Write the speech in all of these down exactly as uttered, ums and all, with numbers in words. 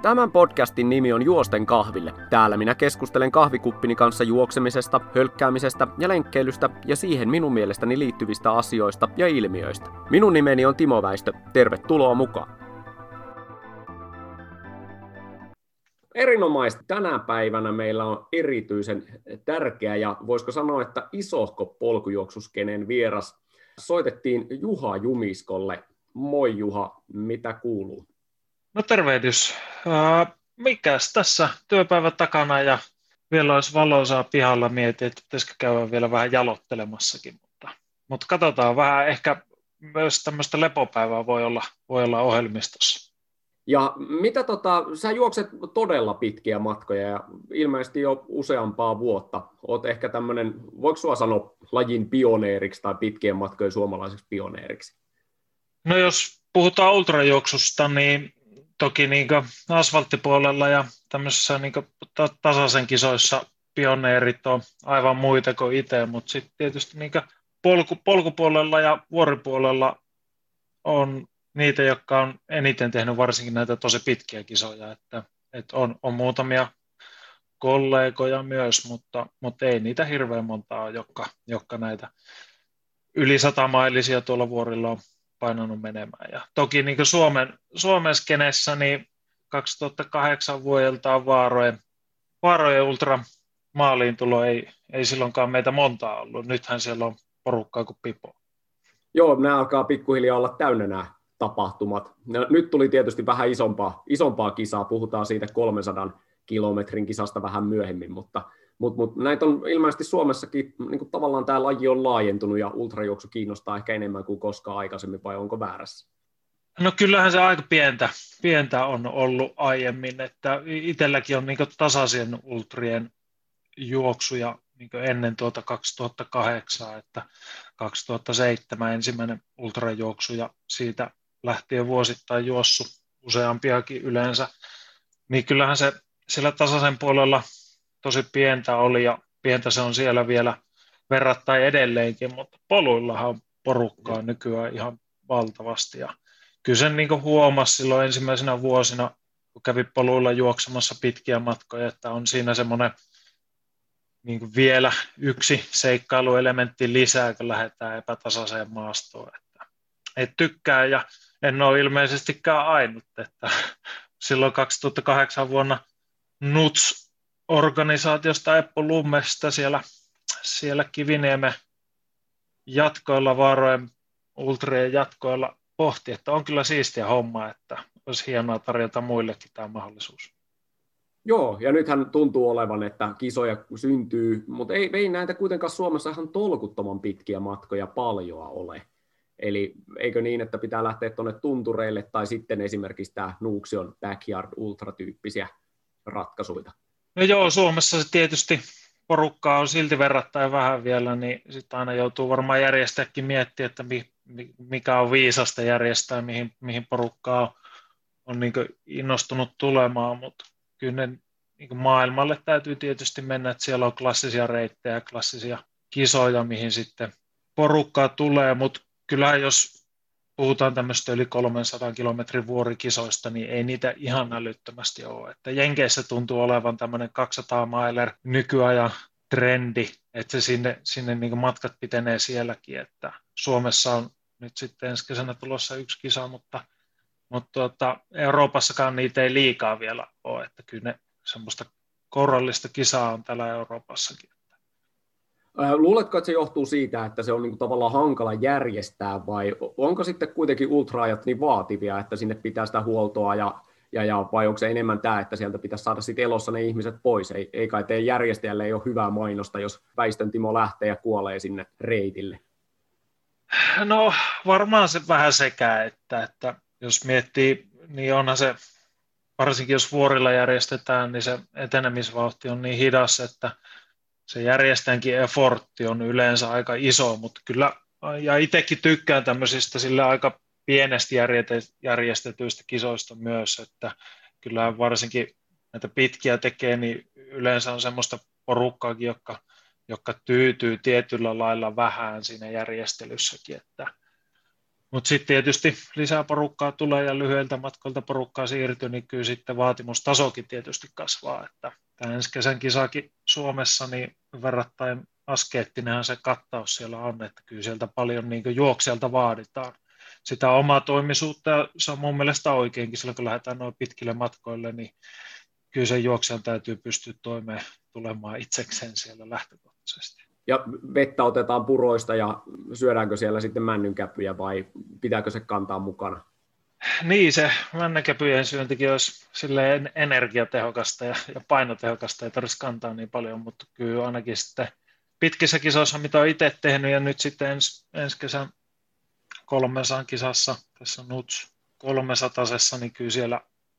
Tämän podcastin nimi on Juosten kahville. Täällä minä keskustelen kahvikuppini kanssa juoksemisesta, hölkkäämisestä ja lenkkeilystä ja siihen minun mielestäni liittyvistä asioista ja ilmiöistä. Minun nimeni on Timo Väistö. Tervetuloa mukaan. Erinomaisesti tänä päivänä meillä on erityisen tärkeä ja voisiko sanoa, että isohko polkujuoksuskenen vieras. Soitettiin Juha Jumiskolle. Moi Juha, mitä kuuluu? No tervehdys. Uh, mikäs tässä työpäivä takana ja vielä olisi valoisaa pihalla, mietin, että pitäisikö käydä vielä vähän jalottelemassakin, mutta, mutta katsotaan vähän, ehkä myös tämmöistä lepopäivää voi olla, voi olla ohjelmistossa. Ja mitä tota, sä juokset todella pitkiä matkoja ja ilmeisesti jo useampaa vuotta. Oot ehkä tämmöinen, voiko sua sanoa lajin pioneeriksi tai pitkien matkojen suomalaiseksi pioneeriksi? No jos puhutaan ultrajuoksusta, niin toki niin asfalttipuolella ja tämmöisissä niin tasaisen kisoissa pioneerit on aivan muita kuin itse, mutta sitten tietysti niin polku, polkupuolella ja vuoripuolella on niitä, jotka on eniten tehnyt varsinkin näitä tosi pitkiä kisoja, että, että on, on muutamia kollegoja myös, mutta, mutta ei niitä hirveän montaa, jotka, jotka näitä yli satamailisia tuolla vuorilla on painanut menemään. Ja toki niin Suomen, Suomen skenessä niin kaksituhattakahdeksan vuodelta Vaarojen, Vaarojen ultra maaliin tulo ei, ei silloinkaan meitä montaa ollut. Nythän siellä on porukkaa kuin pipo. Joo, nämä alkaa pikkuhiljaa olla täynnä nämä tapahtumat. No, nyt tuli tietysti vähän isompaa, isompaa kisaa, puhutaan siitä kolmensadan kilometrin kisasta vähän myöhemmin, mutta, mutta, mutta näitä on ilmeisesti Suomessakin, niin kuin tavallaan tämä laji on laajentunut ja ultrajuoksu kiinnostaa ehkä enemmän kuin koskaan aikaisemmin, vai onko väärässä? No kyllähän se aika pientä, pientä on ollut aiemmin, että itselläkin on niin tasaisen ultrien juoksuja niin ennen tuota kaksituhattakahdeksan, että kaksituhattaseitsemän ensimmäinen ultrajuoksu ja siitä lähtien vuosittain juossut useampiakin yleensä, niin kyllähän se sillä tasaisen puolella tosi pientä oli ja pientä se on siellä vielä verrattain edelleenkin, mutta poluillahan on porukkaa nykyään ihan valtavasti ja kyllä sen niin huomasi silloin ensimmäisenä vuosina, kun kävi poluilla juoksemassa pitkiä matkoja, että on siinä semmoinen niin vielä yksi seikkailuelementti lisää, kun lähdetään epätasaiseen maastoon. Että, et tykkää ja en ole ilmeisestikään ainut, että silloin kaksituhattakahdeksan vuonna N U T S-organisaatiosta Eppu Lummesta siellä, siellä Kiviniemen jatkoilla, Vaarojen ultrien jatkoilla pohti, että on kyllä siistiä homma, että olisi hienoa tarjota muillekin tämä mahdollisuus. Joo, ja nythän tuntuu olevan, että kisoja syntyy, mutta ei, ei näitä kuitenkaan Suomessa ihan tolkuttoman pitkiä matkoja paljoa ole. Eli eikö niin, että pitää lähteä tuonne tuntureille tai sitten esimerkiksi tämä Nuuksion Backyard Ultra-tyyppisiä ratkaisuja? No joo, Suomessa se tietysti porukkaa on silti verrattain vähän vielä, niin sitten aina joutuu varmaan järjestääkin miettiä, että mikä on viisasta järjestää, mihin, mihin porukkaa on, on niin innostunut tulemaan, mutta kyllä ne niin maailmalle täytyy tietysti mennä, että siellä on klassisia reittejä, klassisia kisoja, mihin sitten porukkaa tulee, mutta kyllähän jos puhutaan tämmöistä yli kolmensadan kilometrin vuorikisoista, niin ei niitä ihan älyttömästi ole. Että Jenkeissä tuntuu olevan tämmöinen kaksisataa mailer nykyajan trendi, että se sinne, sinne niin matkat pitenee sielläkin, että Suomessa on nyt sitten ensi kesänä tulossa yksi kisa, mutta, mutta tuota, Euroopassakaan niitä ei liikaa vielä ole, että kyllä ne semmoista kourallista kisaa on täällä Euroopassakin. Luuletko, että se johtuu siitä, että se on niin tavallaan hankala järjestää, vai onko sitten kuitenkin ultraajat niin vaativia, että sinne pitää sitä huoltoa, ja, ja, ja vai onko se enemmän tämä, että sieltä pitäisi saada sitten elossa ne ihmiset pois? Ei, ei kai teidän järjestäjälle ei ole hyvää mainosta, jos Väistön Timo lähtee ja kuolee sinne reitille. No varmaan se vähän sekä, että, että jos miettii, niin onhan se, varsinkin jos vuorilla järjestetään, niin se etenemisvauhti on niin hidas, että se järjestäjänkin effortti on yleensä aika iso, mutta kyllä, ja itsekin tykkään tämmöisistä sillä aika pienesti järjestetyistä kisoista myös, että kyllä varsinkin näitä pitkiä tekee, niin yleensä on semmoista porukkaakin, jotka, jotka tyytyy tietyllä lailla vähän siinä järjestelyssäkin, että Mutta sitten tietysti lisää porukkaa tulee ja lyhyeltä matkoilta porukkaa siirtyy, niin kyllä sitten vaatimustasokin tietysti kasvaa. Että tämä ensi kesän kisakin Suomessa, niin verrattain askeettinenhan se kattaus siellä on, että kyllä sieltä paljon niin juoksijalta vaaditaan sitä omaa toimisuutta, ja se on mun mielestä oikeinkin, silloin kun lähdetään noin pitkille matkoille, niin kyllä sen juoksijan täytyy pystyä toimeen tulemaan itsekseen siellä lähtökohtaisesti. Ja vettä otetaan puroista ja syödäänkö siellä sitten männynkäpyjä vai pitääkö se kantaa mukana? Niin, se männynkäpyjen syöntikin olisi silleen energiatehokasta ja, ja painotehokasta, ei tarvitsisi kantaa niin paljon, mutta kyllä ainakin sitten pitkissä kisoissa, mitä olen itse tehnyt ja nyt sitten ens, ensi kesän kolmesadan kisassa, tässä on Nuts kolmesatasessa, niin kyllä siellä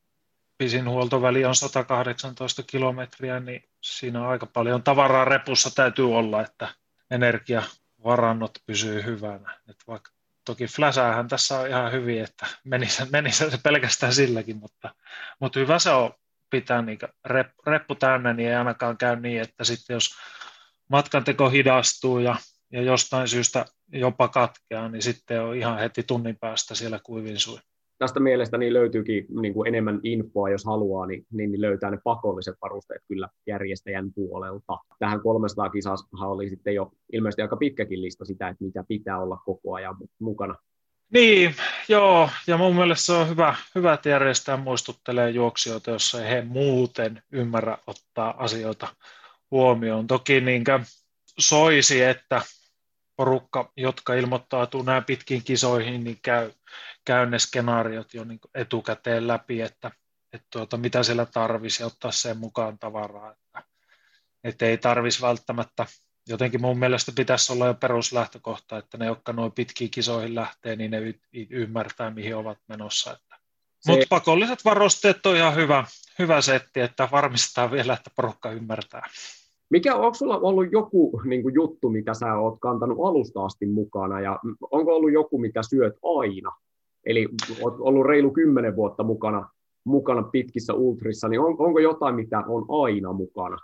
pisin huoltoväli on sata kahdeksantoista kilometriä, niin siinä on aika paljon tavaraa repussa täytyy olla, että energiavarannot pysyy hyvänä. Et vaikka toki fläsäähän tässä on ihan hyvin, että menisi, menisi se pelkästään silläkin, mutta, mutta hyvä se on pitää niin rep, reppu täynnä, niin ei ainakaan käy niin, että sitten jos matkanteko hidastuu ja, ja jostain syystä jopa katkeaa, niin sitten on ihan heti tunnin päästä siellä kuivin sui. Tästä mielestäni löytyykin niin kuin enemmän infoa, jos haluaa, niin, niin löytää ne pakolliset varusteet kyllä järjestäjän puolelta. Tähän kolmesataa kisassahan oli sitten jo ilmeisesti aika pitkäkin lista sitä, että mitä pitää olla koko ajan mukana. Niin, joo, ja mun mielestä se on hyvä, hyvä että järjestäjä muistuttelee juoksijoita, jos ei he muuten ymmärrä ottaa asioita huomioon. Toki niinkö soisi, että porukka, jotka ilmoittautuu nämä pitkiin kisoihin, niin käy, käy ne skenaariot jo niin etukäteen läpi, että, että tuota, mitä siellä tarvisi ja ottaa sen mukaan tavaraa. Että, että ei tarvisi välttämättä, jotenkin mun mielestä pitäisi olla jo peruslähtökohta, että ne, jotka noin pitkiin kisoihin lähtee, niin ne y- y- ymmärtää, mihin ovat menossa. Että. Se... Mutta pakolliset varusteet on ihan hyvä, hyvä setti, että varmistetaan vielä, että porukka ymmärtää. Mikä, onko sulla ollut joku niin kuin juttu, mitä sä oot kantanut alusta asti mukana, ja onko ollut joku, mitä syöt aina? Eli oot ollut reilu kymmenen vuotta mukana, mukana pitkissä ultrissa, niin on, onko jotain, mitä on aina mukana?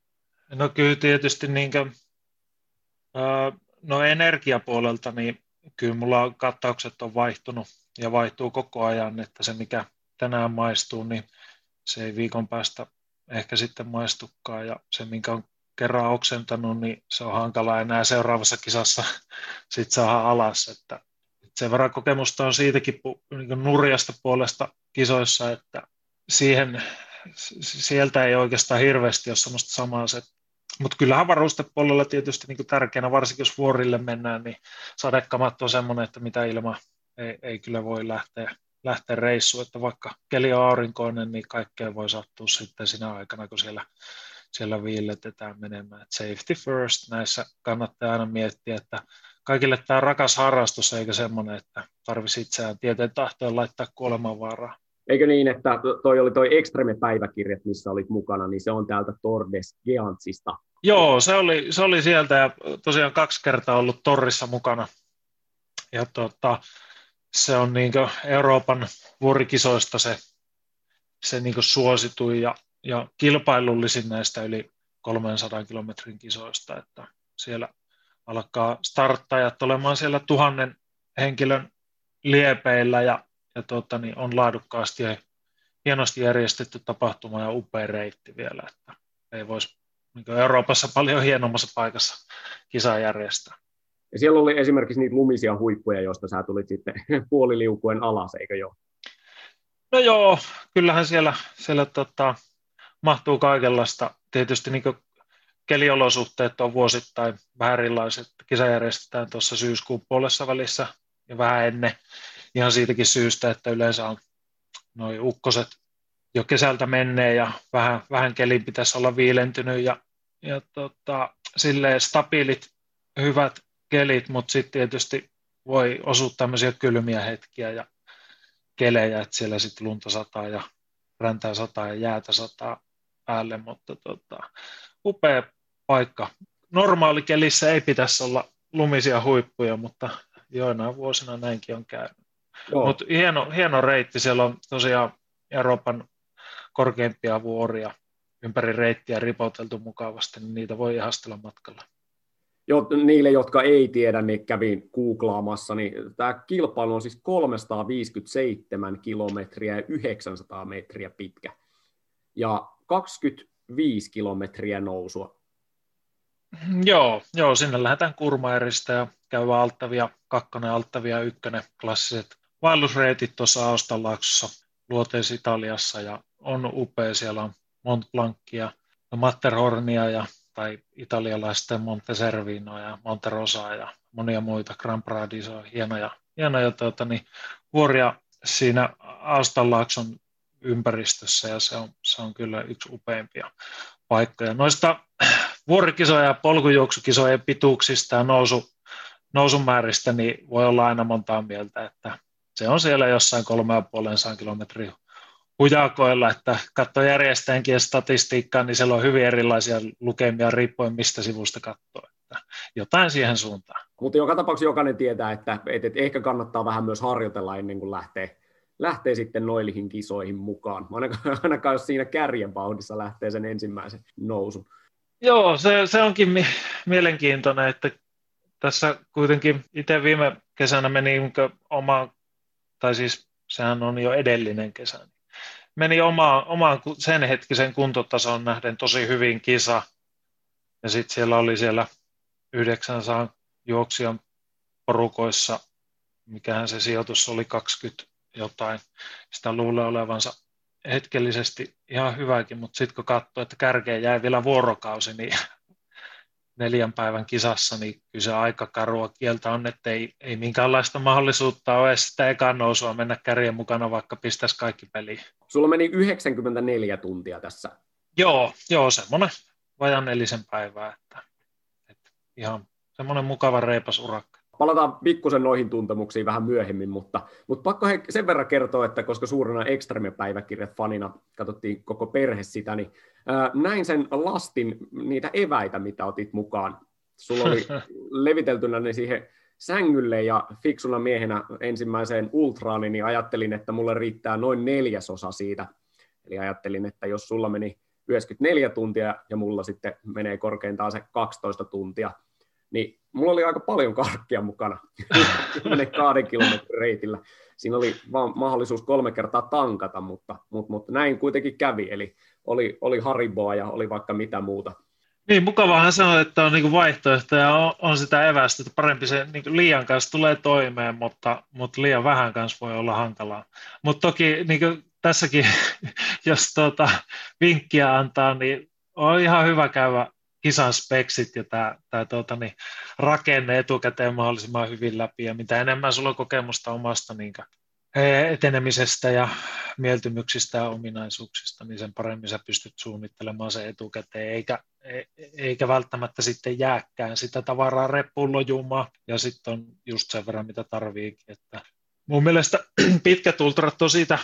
No kyllä tietysti niin kuin, no energiapuolelta, niin kyllä mulla kattaukset on vaihtunut ja vaihtuu koko ajan, että se mikä tänään maistuu, niin se ei viikon päästä ehkä sitten maistukaan, ja se, minkä on kerran oksentanut, niin se on hankala enää seuraavassa kisassa sitten saada alas. Että sen verran kokemusta on siitäkin niin nurjasta puolesta kisoissa, että siihen, sieltä ei oikeastaan hirveästi ole sellaista samaa. Mutta kyllähän varustepuolella tietysti niin tärkeänä, varsinkin jos vuorille mennään, niin sadekamat on semmoinen, että mitä ilman ei, ei kyllä voi lähteä. lähteä reissuun, että vaikka keli on aurinkoinen, niin kaikkea voi sattua sitten siinä aikana, kun siellä, siellä viilletetään menemään. Et safety first, näissä kannattaa aina miettiä, että kaikille tämä on rakas harrastus, eikä semmoinen, että tarvitsisi itseään tieteen tahtoon laittaa kuolemanvaaraa. Eikö niin, että toi oli toi Extreme-päiväkirjat, missä olit mukana, niin se on täältä Tour de Géantsista. Joo, se oli, se oli sieltä ja tosiaan kaksi kertaa ollut Torrissa mukana. Ja tota, se on niin kuin Euroopan vuorikisoista se, se niin kuin suosituin ja, ja kilpailullisin näistä yli kolmensadan kilometrin kisoista, että siellä alkaa starttajat olemaan siellä tuhannen henkilön liepeillä ja, ja tuota, niin on laadukkaasti ja hienosti järjestetty tapahtuma ja upea reitti vielä, että ei voisi niin kuin Euroopassa paljon hienommassa paikassa kisaa järjestää. Ja siellä oli esimerkiksi niitä lumisia huippuja, joista sä tulit sitten puoliliukuen alas, eikö joo? No joo, kyllähän siellä, siellä tota, mahtuu kaikenlaista. Tietysti niin keliolosuhteet on vuosittain vähän erilaiset. Kisa järjestetään tuossa syyskuun puolessa välissä ja vähän ennen. Ihan siitäkin syystä, että yleensä on noi ukkoset jo kesältä menee ja vähän, vähän kelin pitäisi olla viilentynyt ja, ja tota, silleen stabiilit, hyvät kelit, mutta sitten tietysti voi osua tämmöisiä kylmiä hetkiä ja kelejä, että siellä sitten lunta sataa ja räntää sataa ja jäätä sataa päälle, mutta tota, upea paikka. Normaalikelissä ei pitäisi olla lumisia huippuja, mutta joinain vuosina näinkin on käynyt. Mutta hieno, hieno reitti, siellä on tosiaan Euroopan korkeimpia vuoria ympäri reittiä ripoteltu mukavasti, niin niitä voi ihastella matkalla. Jo, niille, jotka ei tiedä, niin kävin googlaamassa, niin tämä kilpailu on siis kolmesataaviisikymmentäseitsemän kilometriä ja yhdeksänsataa metriä pitkä ja kaksikymmentäviisi kilometriä nousua. Joo, joo, sinne lähdetään Kurmaeristä ja käydään Altavia kakkonen, Altavia ykkönen, klassiset vaellusreitit tuossa Austanlaaksossa, luoteis Italiassa, ja on upea, siellä on Mont Blancia ja Matterhornia ja tai italialaisten Monteservinoa ja Monterosaa ja monia muita, Gran Paradiso, hienoja, hienoja tuota, niin, vuoria siinä Austanlaakson ympäristössä, ja se on, se on kyllä yksi upeimpia paikkoja. Noista vuorikisoja ja polkujuoksukisojen pituuksista ja nousu, nousumääristä niin voi olla aina montaa mieltä, että se on siellä jossain kolme ja puolensadan kilometrin hujakoilla, että katsoo järjestäjänkin statistiikkaa, niin siellä on hyvin erilaisia lukemia riippuen mistä sivusta katsoo, että jotain siihen suuntaan. Mutta joka tapauksessa jokainen tietää, että, että ehkä kannattaa vähän myös harjoitella ennen kuin lähtee, lähtee sitten noilihin kisoihin mukaan. Ainakaan, ainakaan jos siinä kärjen vauhdissa lähtee sen ensimmäisen nousun. Joo, se, se onkin mi- mielenkiintoinen, että tässä kuitenkin itse viime kesänä meni omaan, tai siis sehän on jo edellinen kesä, meni omaan, omaan sen hetkisen kuntotason nähden tosi hyvin kisa, ja sitten siellä oli siellä yhdeksänsadan juoksijan porukoissa, mikähän se sijoitus oli kaksikymmentä jotain, sitä luulee olevansa hetkellisesti ihan hyväkin, mutta sitten kun katsoo, että kärkeen jäi vielä vuorokausi, niin neljän päivän kisassa, niin kyllä se aika karua kieltä on, että ei, ei minkäänlaista mahdollisuutta ole sitä ekan nousua mennä kärjen mukana, vaikka pistäisi kaikki peliin. Sulla meni yhdeksänkymmentäneljä tuntia tässä. Joo, joo, semmoinen vajan nelisen päivää, että, että ihan semmoinen mukava reipas urakka. Palataan pikkusen noihin tuntemuksiin vähän myöhemmin, mutta, mutta pakko he sen verran kertoa, että koska suurena Extreme-päiväkirjat fanina katsottiin koko perhe sitä, niin ää, näin sen lastin niitä eväitä, mitä otit mukaan. Sulla oli leviteltynä ne siihen sängylle ja fiksuna miehenä ensimmäiseen ultraani, niin ajattelin, että mulle riittää noin neljäsosa siitä. Eli ajattelin, että jos sulla meni yhdeksänkymmentäneljä tuntia ja mulla sitten menee korkeintaan se kaksitoista tuntia, niin mulla oli aika paljon karkkia mukana kahden kilometrin reitillä. Siinä oli vaan mahdollisuus kolme kertaa tankata, mutta, mutta, mutta näin kuitenkin kävi. Eli oli, oli Hariboa ja oli vaikka mitä muuta. Niin, mukavahan se on, että on niinku vaihtoehto ja on, on sitä evästä, että parempi se niinku liian kanssa tulee toimeen, mutta, mutta liian vähän kanssa voi olla hankalaa. Mutta toki niinku tässäkin, jos tuota, vinkkiä antaa, niin on ihan hyvä käydä kisan speksit ja tämä, tämä tuota, niin, rakenne etukäteen mahdollisimman hyvin läpi, ja mitä enemmän sulla on kokemusta omasta niin, etenemisestä ja mieltymyksistä ja ominaisuuksista, niin sen paremmin sä pystyt suunnittelemaan sen etukäteen, eikä, eikä välttämättä sitten jääkään sitä tavaraa reppuun lojumaan, ja sitten on just sen verran, mitä tarviikin. Että mun mielestä pitkät ultrat on siitä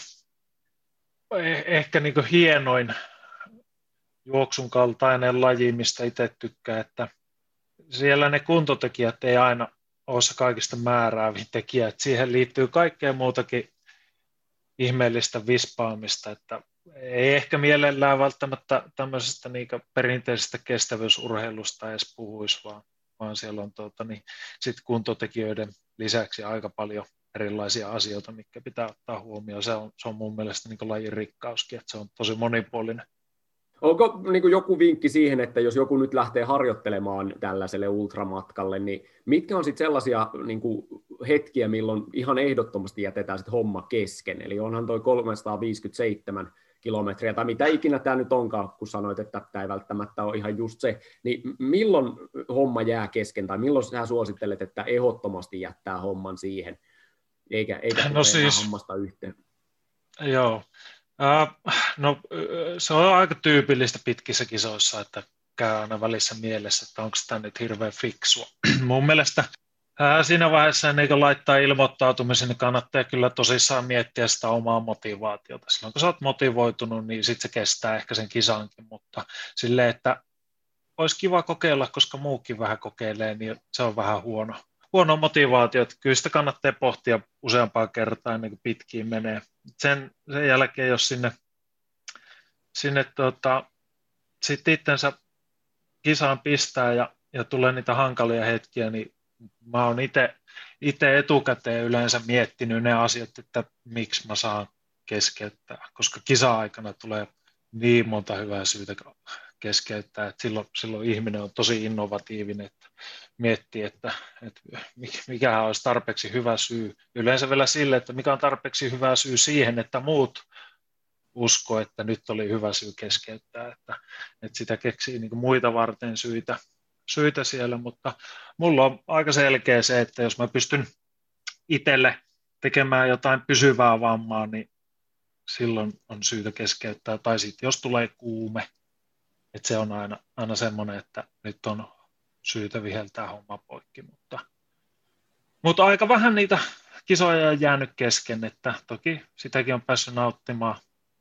ehkä niin kuin hienoin juoksun kaltainen laji, mistä itse tykkää, että siellä ne kuntotekijät ei aina ole se kaikista määräävin tekijä, että siihen liittyy kaikkea muutakin ihmeellistä vispaamista, että ei ehkä mielellään välttämättä tämmöisestä niin perinteisestä kestävyysurheilusta edes puhuisi, vaan, vaan siellä on tuota, niin, sit kuntotekijöiden lisäksi aika paljon erilaisia asioita, mitkä pitää ottaa huomioon. Se on, se on mun mielestä niin lajin rikkauskin, että se on tosi monipuolinen. Onko niin joku vinkki siihen, että jos joku nyt lähtee harjoittelemaan tällaiselle ultramatkalle, niin mitkä on sitten sellaisia niin kuin hetkiä, milloin ihan ehdottomasti jätetään sit homma kesken? Eli onhan toi kolmesataaviisikymmentäseitsemän kilometriä, tai mitä ikinä tämä nyt onkaan, kun sanoit, että tämä ei välttämättä ole ihan just se, niin milloin homma jää kesken, tai milloin sä suosittelet, että ehdottomasti jättää homman siihen, eikä, eikä no siis, hommasta yhteen? Joo. Uh, no, se on aika tyypillistä pitkissä kisoissa, että käy aina välissä mielessä, että onko tämä nyt hirveän fiksua. Mun mielestä uh, siinä vaiheessa ennen kuin laittaa ilmoittautumisen, niin kannattaa kyllä tosissaan miettiä sitä omaa motivaatiota. Silloin kun sä oot motivoitunut, niin sitten se kestää ehkä sen kisankin, mutta silleen, että olisi kiva kokeilla, koska muukin vähän kokeilee, niin se on vähän huono. Huono motivaatio, että kyllä sitä kannattaa pohtia useampaa kertaa ennen kuin pitkiin menee. Sen, sen jälkeen, jos sinne, sinne tota, sit itsensä kisaan pistää ja ja tulee niitä hankalia hetkiä, niin mä oon itse etukäteen yleensä miettinyt ne asiat, että miksi mä saan keskeyttää, koska kisa-aikana tulee niin monta hyvää syytä keskeyttää, että silloin, silloin ihminen on tosi innovatiivinen, että miettii, että, että mikä olisi tarpeeksi hyvä syy. Yleensä vielä sille, että mikä on tarpeeksi hyvä syy siihen, että muut usko, että nyt oli hyvä syy keskeyttää, että, että sitä keksii niin kuin muita varten syitä, syitä siellä, mutta mulla on aika selkeä se, että jos mä pystyn itselle tekemään jotain pysyvää vammaa, niin silloin on syytä keskeyttää, tai sitten jos tulee kuume, että se on aina, aina semmoinen, että nyt on syytä viheltää homma poikki, mutta, mutta aika vähän niitä kisoja on jäänyt kesken, että toki sitäkin on päässyt nauttimaan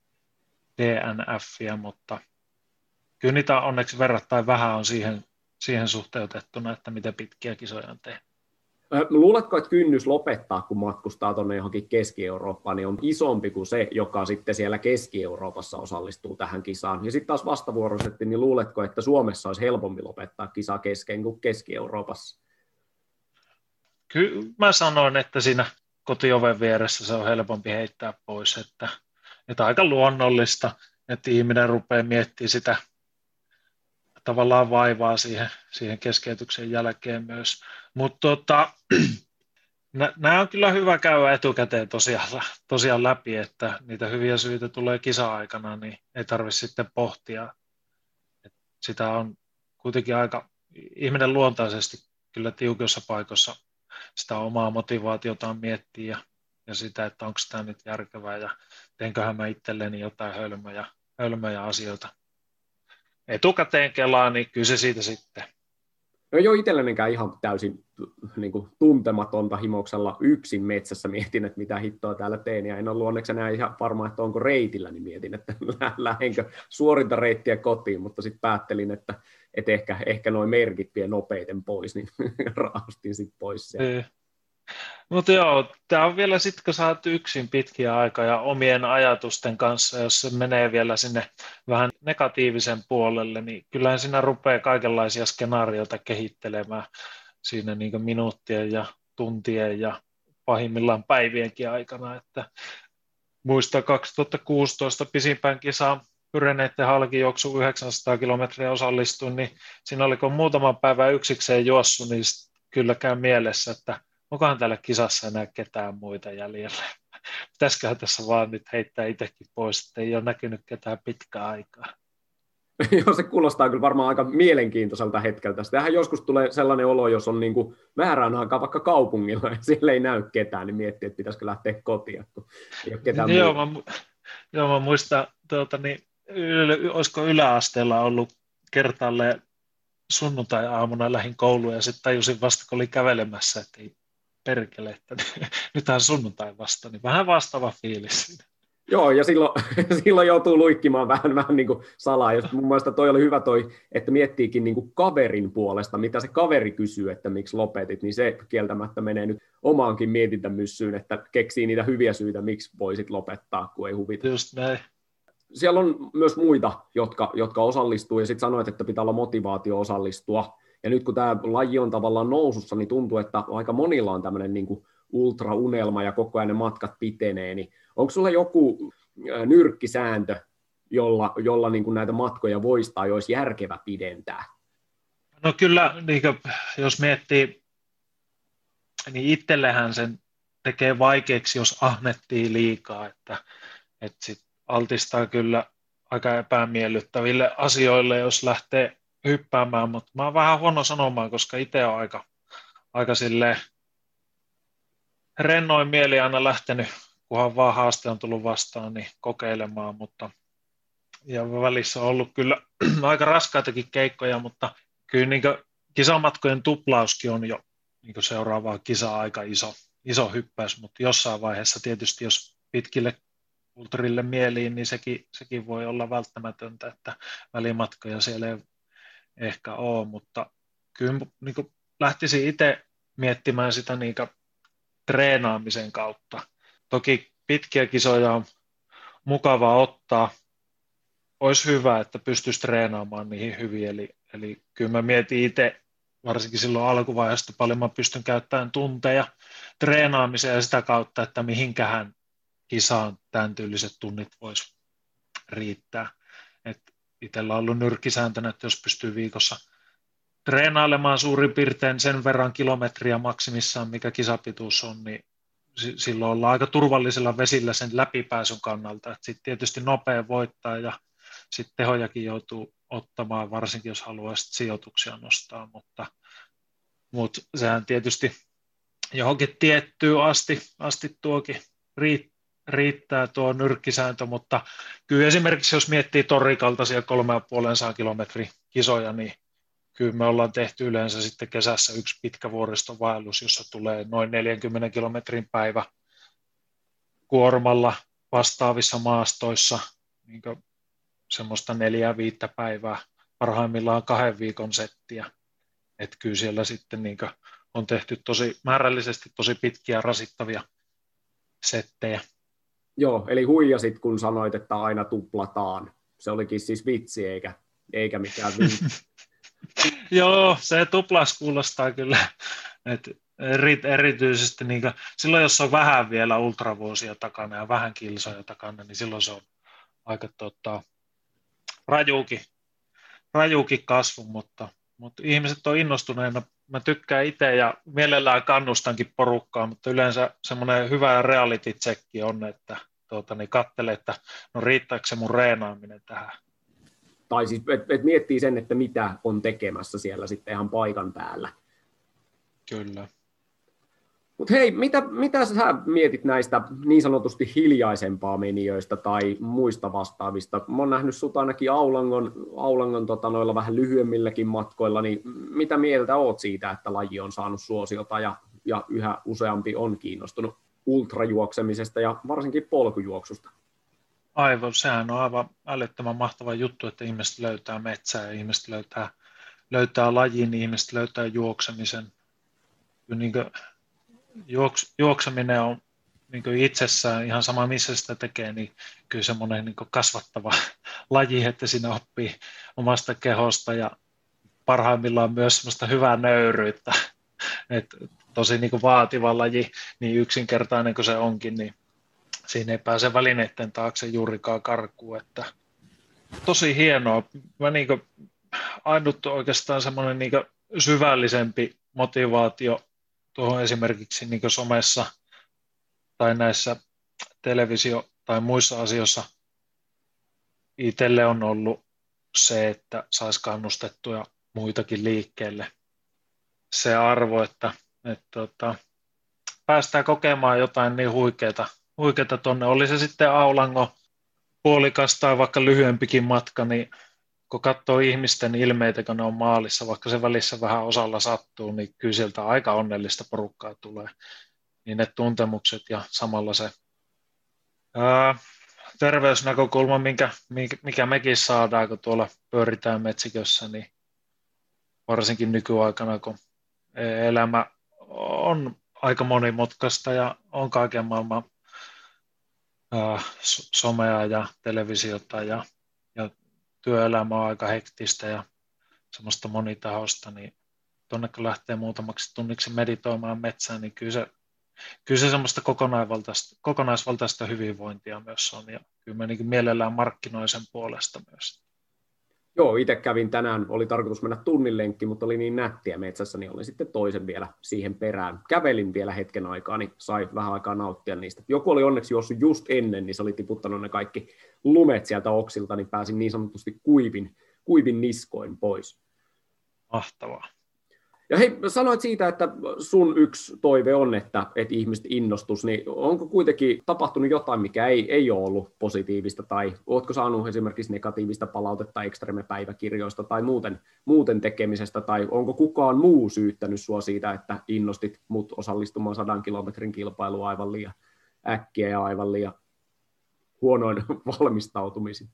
D N F:iä, mutta kyllä niitä onneksi verrattain vähän on siihen, siihen suhteutettuna, että miten pitkiä kisoja on tehnyt. Luuletko, että kynnys lopettaa, kun matkustaa tuonne johonkin Keski-Eurooppaan, niin on isompi kuin se, joka sitten siellä Keski-Euroopassa osallistuu tähän kisaan? Ja sitten taas vastavuoroisesti, niin luuletko, että Suomessa olisi helpompi lopettaa kisa kesken kuin Keski-Euroopassa? Kyllä mä sanoin, että siinä kotioven vieressä se on helpompi heittää pois, että, että aika luonnollista, että ihminen rupeaa miettimään sitä tavallaan vaivaa siihen, siihen keskeytyksen jälkeen myös. Mutta tota, nämä on kyllä hyvä käydä etukäteen tosiaan, tosiaan läpi, että niitä hyviä syitä tulee kisa-aikana, niin ei tarvitse sitten pohtia. Et sitä on kuitenkin aika, ihminen luontaisesti kyllä tiukissa paikoissa sitä omaa motivaatiotaan miettii ja, ja sitä, että onko tämä nyt järkevää ja teenköhän mä itselleni jotain hölmöjä, hölmöjä asioita etukäteen kelaa, niin kyllä se siitä sitten. No joo, itsellenikään ihan täysin niin kuin, tuntematonta himoksella yksin metsässä mietin, että mitä hittoa täällä teen, ja en ole luonneksi enää ihan varma, että onko reitillä, niin mietin, että lähdenkö suorinta reittiä kotiin, mutta sitten päättelin, että, että ehkä, ehkä nuo merkit vie nopeiten pois, niin raastin sitten pois sieltä. Mutta joo, tämä on vielä sitten, kun sä oot yksin pitkiä aikaa ja omien ajatusten kanssa, jos se menee vielä sinne vähän negatiivisen puolelle, niin kyllähän siinä rupeaa kaikenlaisia skenaarioita kehittelemään siinä niin minuuttien ja tuntien ja pahimmillaan päivienkin aikana. Että muista kaksituhattakuusitoista pisimpään kisaan Pyreneiden halkijuoksu yhdeksänsataa kilometriä osallistuin, niin siinä oliko muutaman päivän yksikseen juossut, niin kyllä käy mielessä, että onkohan täällä kisassa enää ketään muita jäljellä. Pitäisiköhän tässä vaan nyt heittää itsekin pois, että ei ole näkynyt ketään pitkään aikaa. Joo, se kuulostaa kyllä varmaan aika mielenkiintoiselta hetkeltä. Tähän joskus tulee sellainen olo, jos on niin kuin väärään aikaan vaikka kaupungilla ja siellä ei näy ketään, niin miettii, että pitäisikö lähteä kotiin, kun ei ole ketään joo, mä, joo, mä muistan, tuota, niin, yl, olisiko yläasteella ollut kertaalleen sunnuntai-aamuna lähin kouluun ja sitten tajusin vasta, kun oli kävelemässä, että ei perkele, että nythän sunnuntai vasta, niin vähän vastaava fiilis. Joo, ja silloin, silloin joutuu luikkimaan vähän, vähän niin kuin salaa. Ja mun mielestä toi oli hyvä toi, että miettiikin niin kuin kaverin puolesta, mitä se kaveri kysyy, että miksi lopetit, niin se kieltämättä menee nyt omaankin mietintämyssyyn, että keksii niitä hyviä syitä, miksi voisit lopettaa, kun ei huvita. Just näin. Siellä on myös muita, jotka, jotka osallistuu, ja sitten sanoit, että pitää olla motivaatio osallistua. Ja nyt kun tämä laji on tavallaan nousussa, niin tuntuu, että aika monilla on tämmöinen niin kuin ultraunelma ja koko ajan ne matkat pitenee, niin onko sulla joku nyrkkisääntö, jolla, jolla niin kuin näitä matkoja voisi tai olisi järkevä pidentää? No kyllä, niin kuin, jos miettii, niin itsellehän sen tekee vaikeaksi, jos ahnettiin liikaa, että, että sit altistaa kyllä aika epämiellyttäville asioille, jos lähtee hyppäämään, mutta mä oon vähän huono sanomaan, koska itse on aika, aika silleen rennoin mieli aina lähtenyt, kunhan vaan haaste on tullut vastaan, niin kokeilemaan, mutta ja välissä on ollut kyllä aika raskaitakin keikkoja, mutta kyllä niin kisamatkojen tuplauskin on jo niin seuraavaa kisaa aika iso, iso hyppäys, mutta jossain vaiheessa tietysti, jos pitkille ultrille mieliin, niin sekin, sekin voi olla välttämätöntä, että välimatkoja siellä ei ehkä ole, mutta kyllä niin lähtisin itse miettimään sitä niin treenaamisen kautta. Toki pitkiä kisoja on mukava ottaa. Olisi hyvä, että pystyisi treenaamaan niihin hyvin. Eli, eli kyllä mä mietin itse varsinkin silloin alkuvaiheessa paljon mä pystyn käyttämään tunteja treenaamiseen ja sitä kautta, että mihinkähän kisaan tämän tyyliset tunnit voisi riittää. Et itsellä on ollut nyrkkisääntönä, että jos pystyy viikossa treenailemaan suurin piirtein sen verran kilometriä maksimissaan, mikä kisapituus on, niin silloin ollaan aika turvallisella vesillä sen läpipääsyn kannalta. Sitten tietysti nopea voittaa ja sitten tehojakin joutuu ottamaan, varsinkin jos haluaa sijoituksia nostaa, mutta, mutta sehän tietysti johonkin tiettyyn asti, asti tuokin riittää tuo nyrkkisääntö, mutta kyllä esimerkiksi jos miettii torrikaltaisia kolme ja puolensadan kilometrin kisoja, niin kyllä me ollaan tehty yleensä sitten kesässä yksi pitkä vuoristovaellus, jossa tulee noin neljänkymmenen kilometrin päivä kuormalla vastaavissa maastoissa, niin semmoista neljää viittä päivää, parhaimmillaan kahden viikon settiä. Että kyllä siellä sitten niin on tehty tosi määrällisesti tosi pitkiä rasittavia settejä. Joo, eli huijasit, kun sanoit, että aina tuplataan. Se olikin siis vitsi, eikä, eikä mikään vinkki. Joo, se tuplas kuulostaa kyllä, että erityisesti niin kuin, silloin, jos on vähän vielä ultravuosia takana ja vähän kilsoja takana, niin silloin se on aika tota, rajuukin, rajuukin kasvu, mutta, mutta ihmiset on innostuneena. Mä tykkään itse ja mielellään kannustankin porukkaa, mutta yleensä semmoinen hyvä reality check on, että tuota, niin katsele, että no riittääkö se mun reenaaminen tähän. Tai siis, että et miettii sen, että mitä on tekemässä siellä sitten ihan paikan päällä. Kyllä. Mutta hei, mitä, mitä sä mietit näistä niin sanotusti hiljaisempaa menijöistä tai muista vastaavista? Mä oon nähnyt sut ainakin Aulangon, Aulangon tota, noilla vähän lyhyemmilläkin matkoilla, niin mitä mieltä oot siitä, että laji on saanut suosiota ja, ja yhä useampi on kiinnostunut ultrajuoksemisesta ja varsinkin polkujuoksusta? Aivan, sehän on aivan älyttömän mahtava juttu, että ihmiset löytää metsää ja ihmiset löytää, löytää lajin, ihmiset löytää juoksemisen. Niin kuin juoks, juokseminen on niin kuin itsessään ihan sama, missä sitä tekee, niin kyllä semmoinen niin kuin kasvattava laji, että siinä oppii omasta kehosta ja parhaimmillaan myös semmoista hyvää nöyryyttä. Et tosi niin kuin vaativa laji, niin yksinkertainen kuin se onkin, niin siinä ei pääse välineiden taakse juurikaan karkuun, että tosi hienoa. Mä niin kuin, ainut oikeastaan semmoinen niin kuin syvällisempi motivaatio tuohon esimerkiksi niin kuin somessa tai näissä televisio- tai muissa asioissa itselle on ollut se, että saisi kannustettua muitakin liikkeelle. Se arvo, että, että, että päästään kokemaan jotain niin huikeata, huikeata tuonne. Oli se sitten Aulango puolikas tai vaikka lyhyempikin matka, niin kun katsoo ihmisten ilmeitä, kun ne on maalissa, vaikka se välissä vähän osalla sattuu, niin kyllä sieltä aika onnellista porukkaa tulee. Niin ne tuntemukset ja samalla se ää, terveysnäkökulma, minkä, mikä mekin saadaan, kun tuolla pyöritään metsikössä, niin varsinkin nykyaikana, kun elämä on aika monimutkaista ja on kaiken maailman ää, somea ja televisiota ja, ja työelämä on aika hektistä ja semmoista monitahosta, niin tuonne kun lähtee muutamaksi tunniksi meditoimaan metsään, niin kyllä se, kyllä se semmoista kokonaisvaltaista, kokonaisvaltaista hyvinvointia myös on, ja kyllä mä niin mielellään markkinoin sen puolesta myös. Joo, itse kävin tänään, oli tarkoitus mennä tunnin lenkki, mutta oli niin nättiä metsässä, niin olin sitten toisen vielä siihen perään. Kävelin vielä hetken aikaa, niin sai vähän aikaa nauttia niistä. Joku oli onneksi juossut just ennen, niin se oli tiputtanut ne kaikki lumet sieltä oksilta, niin pääsin niin sanotusti kuivin, kuivin niskoin pois. Mahtavaa. Ja hei, sanoit siitä, että sun yksi toive on, että, että ihmiset innostus, niin onko kuitenkin tapahtunut jotain, mikä ei, ei ole ollut positiivista, tai ootko saanut esimerkiksi negatiivista palautetta Extreme-päiväkirjoista tai muuten, muuten tekemisestä, tai onko kukaan muu syyttänyt sua siitä, että innostit mut osallistumaan sadan kilometrin kilpailuun aivan liian äkkiä ja aivan liian huonoin valmistautumisin?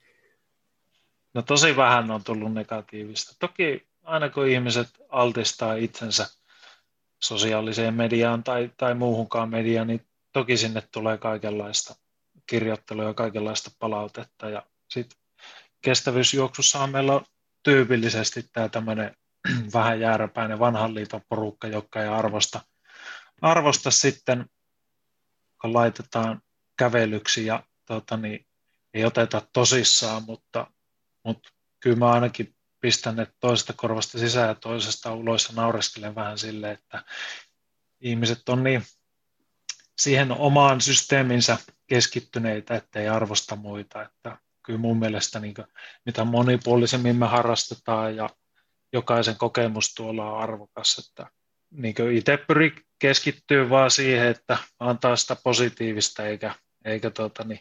No tosi vähän on tullut negatiivista. Toki aina kun ihmiset altistaa itsensä sosiaaliseen mediaan tai, tai muuhunkaan mediaan, niin toki sinne tulee kaikenlaista kirjoittelua ja kaikenlaista palautetta. Ja sitten kestävyysjuoksussahan meillä on tyypillisesti tämä tämmöinen vähän jääräpäinen vanhan liiton porukka, joka ei arvosta, arvosta sitten, kun laitetaan kävelyksi ja tota, niin, ei oteta tosissaan, mutta, mutta kyllä mä ainakin pistän ne toisesta korvasta sisään ja toisesta ulos ja naureskelen vähän silleen, että ihmiset on niin siihen omaan systeeminsä keskittyneitä, ettei arvosta muita. Että kyllä mun mielestä niin kuin, mitä monipuolisemmin me harrastetaan ja jokaisen kokemus tuolla on arvokas. Että, niin kuin itse pyri keskittyy vaan siihen, että antaa sitä positiivista eikä, eikä tuota, niin,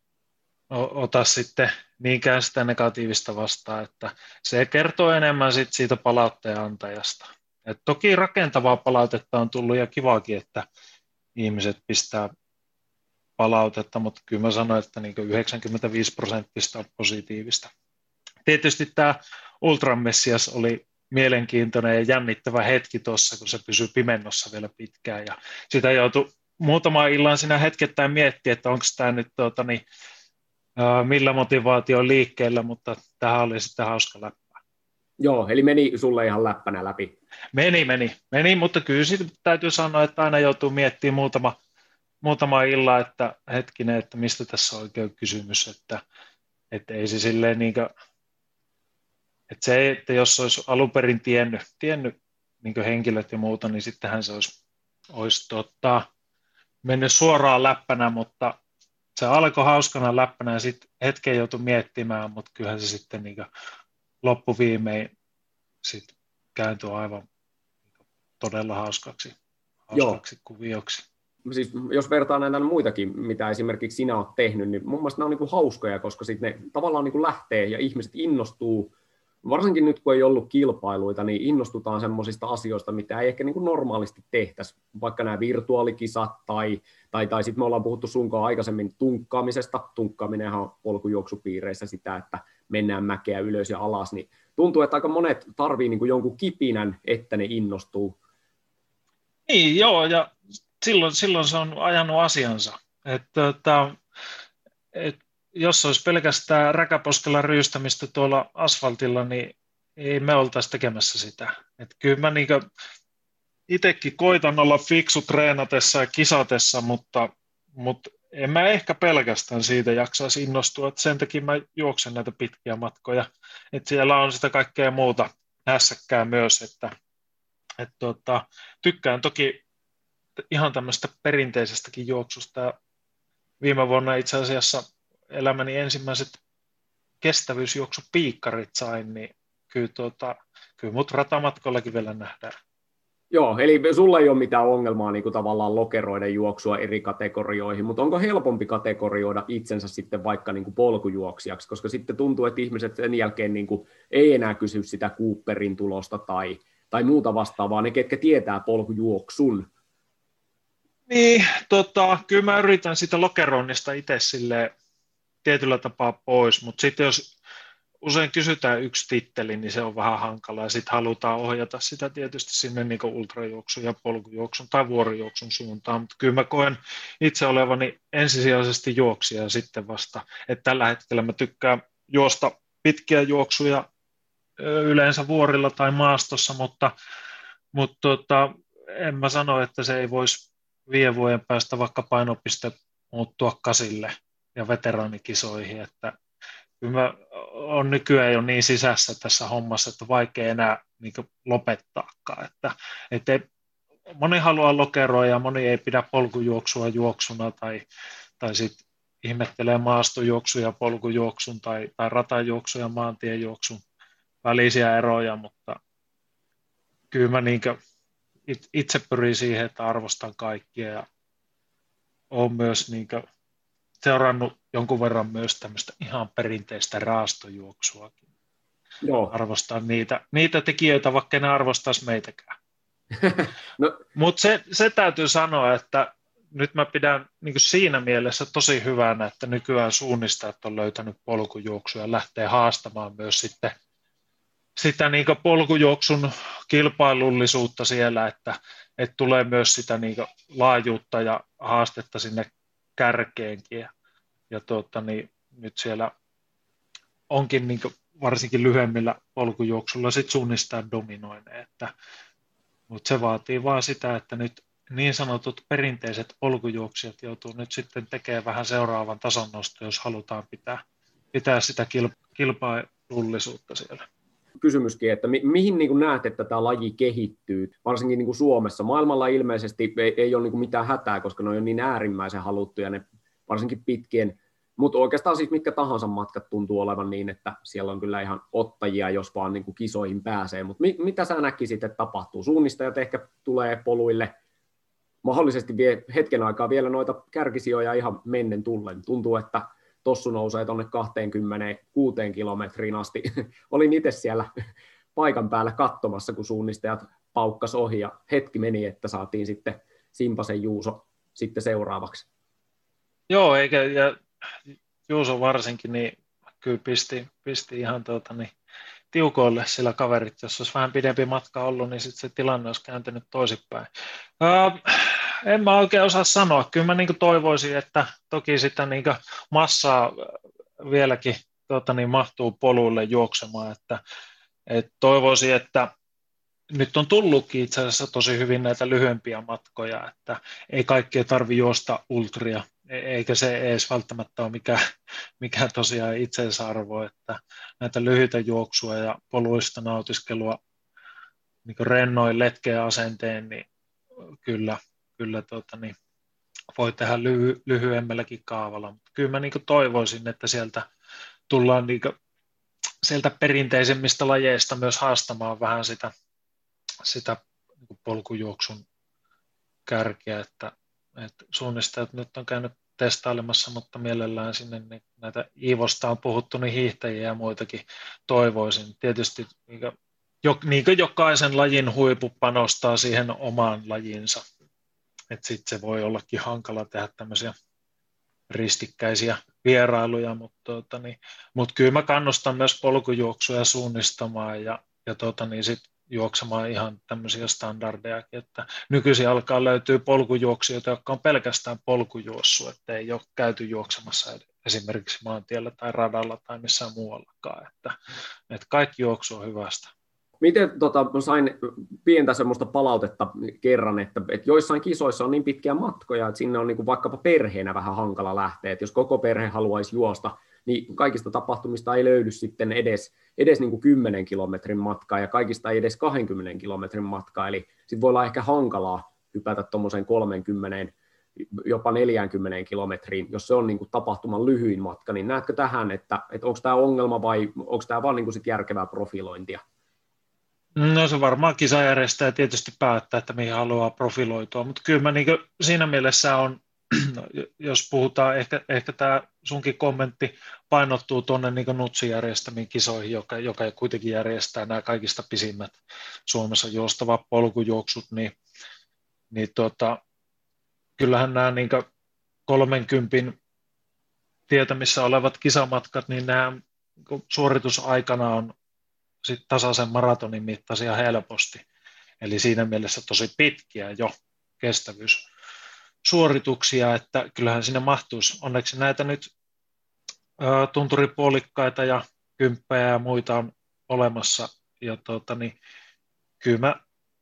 ota sitten niinkään sitä negatiivista vastaan. Että se kertoo enemmän sit siitä palautteen antajasta. Et toki rakentavaa palautetta on tullut ja kivaakin, että ihmiset pistää palautetta, mutta kyllä mä sanoin, että niin yhdeksänkymmentäviisi prosenttista on positiivista. Tietysti tämä Ultran Messias oli mielenkiintoinen ja jännittävä hetki tuossa, kun se pysyi pimennossa vielä pitkään. Ja sitä joutui muutama illan siinä hetkettäin miettiä, että onko tämä nyt tuota, niin, millä motivaatio liikkeellä, mutta tähän oli sitten hauska läppä. Joo, eli meni sulle ihan läppänä läpi. Meni, meni, meni, mutta kyllä siitä täytyy sanoa, että aina joutuu miettimään muutama, muutama illa, että hetkinen, että mistä tässä on oikein kysymys, että, että ei se silleen niin kuin, että se, että jos olisi alun perin tiennyt, tiennyt niin kuin henkilöt ja muuta, niin sittenhän se olisi, olisi tota, mennyt suoraan läppänä, mutta se alkoi hauskana läppänä ja sitten hetken joutui miettimään, mutta kyllähän se sitten niin kuin loppuviimein sitten kääntyi aivan todella hauskaksi, hauskaksi kuvioksi. Siis, jos vertaa näitä muitakin, mitä esimerkiksi sinä olet tehnyt, niin mun mielestä ne on niin kuin hauskoja, koska sitten ne tavallaan niin kuin lähtee ja ihmiset innostuu, varsinkin nyt kun ei ollut kilpailuita, niin innostutaan semmoisista asioista, mitä ei ehkä niin kuin normaalisti tehtäisi, vaikka nämä virtuaalikisat tai, tai, tai sitten me ollaan puhuttu sunkaan aikaisemmin tunkkaamisesta. Tunkkaaminenhan on polkujuoksupiireissä sitä, että mennään mäkeä ylös ja alas, niin tuntuu, että aika monet tarvii niin kuin jonkun kipinän, että ne innostuu. Niin, joo, ja silloin, silloin se on ajanut asiansa. Että, että, että jos olisi pelkästään räkäposkella ryystämistä tuolla asfaltilla, niin ei me oltaisi tekemässä sitä. Että kyllä mä niin itsekin koitan olla fiksu treenatessa ja kisatessa, mutta, mutta en mä ehkä pelkästään siitä jaksaisi innostua. Että sen takia mä juoksen näitä pitkiä matkoja. Että siellä on sitä kaikkea muuta hässäkkää myös, että, että tuota, tykkään toki ihan tämmöistä perinteisestäkin juoksusta. Viime vuonna itse asiassa elämäni ensimmäiset kestävyysjuoksupiikkarit sain, niin kyllä, tuota, kyllä mut ratamatkollakin vielä nähdään. Joo, eli sulla ei ole mitään ongelmaa niin kuin tavallaan lokeroida juoksua eri kategorioihin, mutta onko helpompi kategorioida itsensä sitten vaikka niin kuin polkujuoksijaksi, koska sitten tuntuu, että ihmiset sen jälkeen niin kuin ei enää kysy sitä Cooperin tulosta tai, tai muuta vastaavaa, ne ketkä tietää polkujuoksun. Niin, tota, kyllä mä yritän sitä lokeroinnista itse silleen tietyllä tapaa pois, mutta sitten jos usein kysytään yksi titteli, niin se on vähän hankalaa, ja sitten halutaan ohjata sitä tietysti sinne niin kuin ultrajuoksun ja polkujuoksun tai vuorijuoksun suuntaan, mutta kyllä mä koen itse olevani ensisijaisesti juoksija sitten vasta, että tällä hetkellä mä tykkään juosta pitkiä juoksuja yleensä vuorilla tai maastossa, mutta, mutta tota, en mä sano, että se ei voisi viiden vuoden päästä vaikka painopiste muuttua kasille ja veteraanikisoihin, että kyllä mä olen nykyään jo niin sisässä tässä hommassa, että vaikea enää niin lopettaakaan, että, että ei, moni haluaa lokeroida ja moni ei pidä polkujuoksua juoksuna tai, tai sitten ihmettelee maastojuoksun ja polkujuoksun tai, tai ratajuoksun ja maantiejuoksun välisiä eroja, mutta kyllä mä niin itse pyrin siihen, että arvostan kaikkia ja olen myös niin seurannut jonkun verran myös tämmöistä ihan perinteistä raastojuoksuakin. Joo. Arvostan niitä, niitä tekijöitä, vaikka ne arvostaisi meitäkään. no. Mutta se, se täytyy sanoa, että nyt mä pidän niin kuin siinä mielessä tosi hyvänä, että nykyään suunnistajat on löytänyt polkujuoksua ja lähtee haastamaan myös sitten sitä niin kuin polkujuoksun kilpailullisuutta siellä, että, että tulee myös sitä niin kuin laajuutta ja haastetta sinne kärkeenkin. Ja, ja tuota, niin nyt siellä onkin niin kuin varsinkin lyhyemmillä polkujuoksulla sit suunnistaa dominoineen, että, mutta se vaatii vaan sitä, että nyt niin sanotut perinteiset polkujuoksijat joutuu nyt sitten tekemään vähän seuraavan tason nosto, jos halutaan pitää, pitää sitä kilpailullisuutta siellä. Kysymyskin, että mi- mihin niin kuin näet, että tämä laji kehittyy, varsinkin niin kuin Suomessa. Maailmalla ilmeisesti ei, ei ole niin kuin mitään hätää, koska ne on niin äärimmäisen haluttuja, ne varsinkin pitkien, mutta oikeastaan siis mitkä tahansa matkat tuntuu olevan niin, että siellä on kyllä ihan ottajia, jos vaan niin kuin kisoihin pääsee. Mutta mi- mitä sä näkisit, että tapahtuu? Suunnistajat ehkä tulee poluille, mahdollisesti vie hetken aikaa vielä noita kärkisijoja ihan mennen tullen. Tuntuu, että tossu nousee tuonne kaksikymmentäkuusi kilometriin asti. Olin itse siellä paikan päällä katsomassa, kun suunnistajat paukkas ohi ja hetki meni, että saatiin sitten Simpasen Juuso sitten seuraavaksi. Joo, eikä, ja Juuso varsinkin, niin kyllä pisti, pisti ihan tuota, niin, tiukoille sillä kaverit. Jos olisi vähän pidempi matka ollut, niin sitten se tilanne olisi kääntynyt toisinpäin. Öö, en mä oikein osaa sanoa. Kyllä mä niin toivoisin, että toki sitä niin massaa vieläkin tuota, niin mahtuu poluille juoksemaan. Että, et toivoisin, että nyt on tullutkin itse asiassa tosi hyvin näitä lyhyempiä matkoja, että ei kaikkea tarvitse juosta ultria, eikä se edes välttämättä ole mikään, mikään tosiaan itseisarvo, että näitä lyhyitä juoksua ja poluista nautiskelua niin rennoin letkeä asenteen, niin kyllä, kyllä tuota, niin voi tehdä lyhy- lyhyemmälläkin kaavalla, mutta kyllä mä niin toivoisin, että sieltä tullaan niin sieltä perinteisemmistä lajeista myös haastamaan vähän sitä, sitä niin polkujuoksun kärkeä, että, että suunnistajat nyt on käynyt testailemassa, mutta mielellään sinne niin näitä Iivosta on puhuttu, niin hiihtäjiä ja muitakin toivoisin. Tietysti niin kuin, niin kuin jokaisen lajin huipu panostaa siihen omaan lajinsa, että sitten se voi ollakin hankala tehdä tämmöisiä ristikkäisiä vierailuja, mutta, tuota, niin, mutta kyllä mä kannustan myös polkujuoksuja suunnistamaan ja, ja tuota, niin sit juoksemaan ihan tämmöisiä standardejakin, että nykyisin alkaa löytyä polkujuoksijoita, jotka on pelkästään polkujuossu, että ei ole käyty juoksemassa esimerkiksi maantiellä tai radalla tai missään muuallakaan, että, että kaikki juoksu on hyvästä. Miten tota, sain pientä semmoista palautetta kerran, että, että joissain kisoissa on niin pitkiä matkoja, että sinne on niin kuin vaikkapa perheenä vähän hankala lähteä, että jos koko perhe haluaisi juosta, niin kaikista tapahtumista ei löydy sitten edes, edes niin kuin kymmenen kilometrin matkaa ja kaikista ei edes kaksikymmentä kilometrin matkaa, eli sitten voi olla ehkä hankalaa hypätä tuommoisen kolmekymmentä, jopa neljäkymmentä kilometriin, jos se on niin kuin tapahtuman lyhyin matka, niin näetkö tähän, että, että onko tämä ongelma vai onko tämä vaan niin kuin sit järkevää profilointia? No se varmaan kisajärjestäjä tietysti päättää, että mihin haluaa profiloitua, mutta kyllä mä niin siinä mielessä on, jos puhutaan, ehkä, ehkä tämä sunkin kommentti painottuu tuonne niin Nutsin järjestämiin kisoihin, joka, joka kuitenkin järjestää nämä kaikista pisimmät Suomessa juostavat polkujuoksut, niin, niin tota, kyllähän nämä niin kolmenkympin tietämissä olevat kisamatkat, niin nämä suoritusaikana on sit tasaisen maratonin mittaisia helposti. Eli siinä mielessä tosi pitkiä jo kestävyyssuorituksia, että kyllähän sinne mahtuisi. Onneksi näitä nyt ä, tunturipuolikkaita ja kymppejä ja muita on olemassa. Ja tuota, niin, kyllä mä,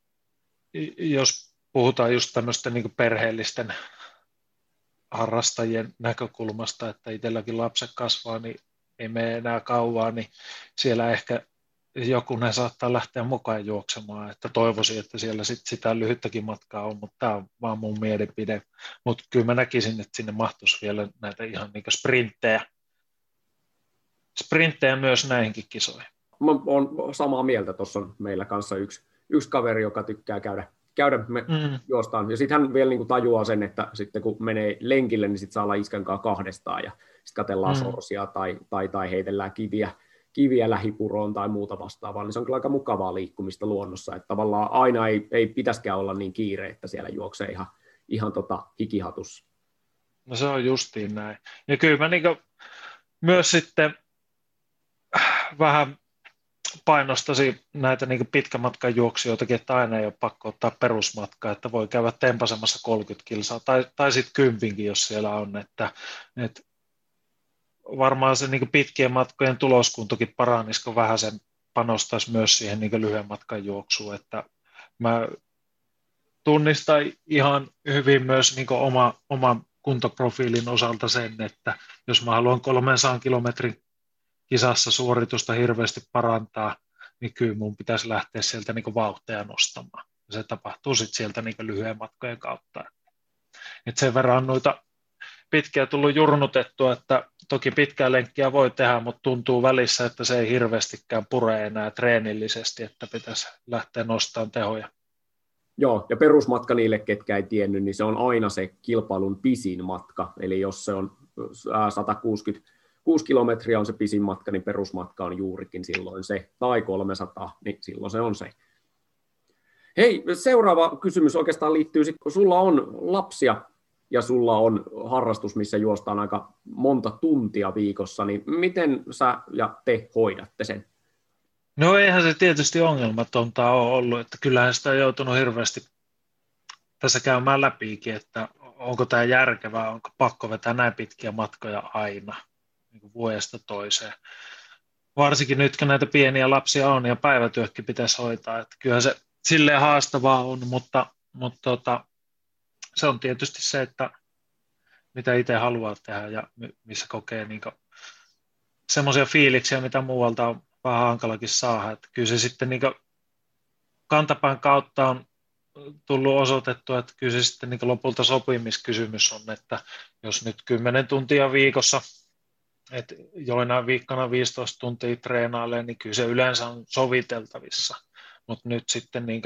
jos puhutaan just tämmöisten niin perheellisten harrastajien näkökulmasta, että itselläkin lapset kasvaa, niin ei mene enää kauaa, niin siellä ehkä joku ne saattaa lähteä mukaan juoksemaan, että toivoisin, että siellä sit sitä lyhyttäkin matkaa on, mutta tämä on vaan mun mielipide. Mutta kyllä mä näkisin, että sinne mahtuisi vielä näitä ihan niin sprinttejä. Sprinttejä myös näihinkin kisoihin. Mä oon samaa mieltä, tuossa on meillä kanssa yksi, yksi kaveri, joka tykkää käydä, käydä me mm. juostaan. Ja sitten hän vielä niin kuin tajuaa sen, että sitten kun menee lenkille, niin sitten saa olla iskän kanssa kahdestaan ja sitten katsellaan mm. sorsia tai, tai, tai heitellään kiviä. kiviä lähipuroon tai muuta vastaavaa, niin se on kyllä aika mukavaa liikkumista luonnossa, että tavallaan aina ei, ei pitäisikään olla niin kiire, että siellä juoksee ihan, ihan tota hikihatussa. No se on justiin näin. Ja kyllä mä niin myös sitten vähän painostasin näitä niin pitkämatkan juoksijoitakin, että aina ei ole pakko ottaa perusmatkaa, että voi käydä tempasemassa kolmekymmentä kilsaa tai, tai sitten kympinkin, jos siellä on, että, että varmaan se niin pitkien matkojen tuloskuntokin paranisi, kun vähän sen panostaisi myös siihen niin lyhyen matkan juoksuun, että mä tunnistan ihan hyvin myös niin oma, oman kuntoprofiilin osalta sen, että jos mä haluan kolmensadan kilometrin kisassa suoritusta hirveästi parantaa, niin kyllä mun pitäisi lähteä sieltä niin vauhtia nostamaan. Ja se tapahtuu sitten sieltä niin lyhyen matkojen kautta. Et sen verran noita pitkiä tullut jurnutettua, että toki pitkää lenkkiä voi tehdä, mutta tuntuu välissä, että se ei hirveästikään pure enää treenillisesti, että pitäisi lähteä nostamaan tehoja. Joo, ja perusmatka niille, ketkä ei tiennyt, niin se on aina se kilpailun pisin matka. Eli jos se on sata kuusikymmentäkuusi kilometriä on se pisin matka, niin perusmatka on juurikin silloin se, tai kolmesataa, niin silloin se on se. Hei, seuraava kysymys oikeastaan liittyy, kun sulla on lapsia ja sulla on harrastus, missä juostaan aika monta tuntia viikossa, niin miten sä ja te hoidatte sen? No eihän se tietysti ongelmatonta ole ollut, että kyllähän sitä on joutunut hirveästi tässä käymään läpikin, että onko tämä järkevää, onko pakko vetää näin pitkiä matkoja aina niin kuin vuodesta toiseen. Varsinkin nyt, kun näitä pieniä lapsia on ja päivätyökin pitäisi hoitaa, että kyllähän se silleen haastavaa on, mutta, mutta tota, se on tietysti se, että mitä itse haluaa tehdä ja missä kokee niin semmoisia fiiliksiä, mitä muualta on vähän hankalakin saada. Että kyllä se sitten niin kantapään kautta on tullut osoitettua, että kyllä se sitten niin lopulta sopimiskysymys on, että jos nyt kymmenen tuntia viikossa, että joinain viikkona viisitoista tuntia treenailee, niin kyllä se yleensä on soviteltavissa. Mutta nyt sitten niin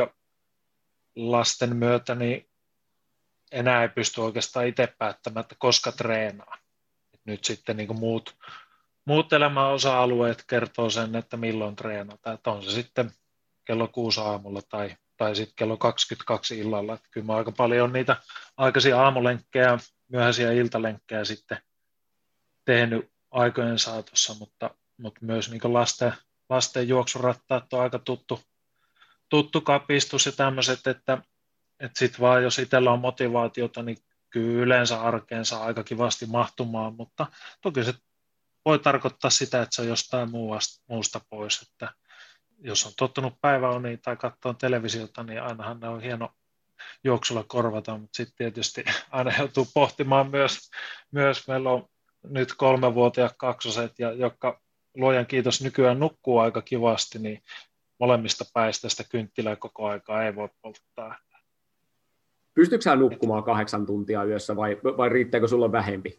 lasten myötä niin enää ei pysty oikeastaan itse päättämään, että koska treenaa. Et nyt sitten niin muut, muut elämän osa-alueet kertoo sen, että milloin treenataan. Että on se sitten kello kuusi aamulla tai, tai sitten kello kaksikymmentäkaksi illalla. Että kyllä mä aika paljon niitä aikaisia aamulenkkejä, myöhäisiä iltalenkkejä sitten tehnyt aikojen saatossa, mutta, mutta myös niin lasten, lasten juoksurattaat on aika tuttu, tuttu kapistus ja tämmöiset, että Että sitten vaan, jos itsellä on motivaatiota, niin kyllä yleensä arkeen saa aika kivasti mahtumaan, mutta toki se voi tarkoittaa sitä, että se on jostain muusta pois. Että jos on tottunut päiväuniin tai katsoa televisiota, niin ainahan ne on hieno juoksulla korvata, mutta sitten tietysti aina joutuu pohtimaan myös, myös meillä on nyt kolmevuotiaat kaksoset, ja jotka luojan kiitos nykyään nukkuu aika kivasti, niin molemmista päistä sitä kynttilää koko aikaa ei voi polttaa. Pystytkö sä nukkumaan kahdeksan tuntia yössä vai, vai riittääkö sulla vähempi?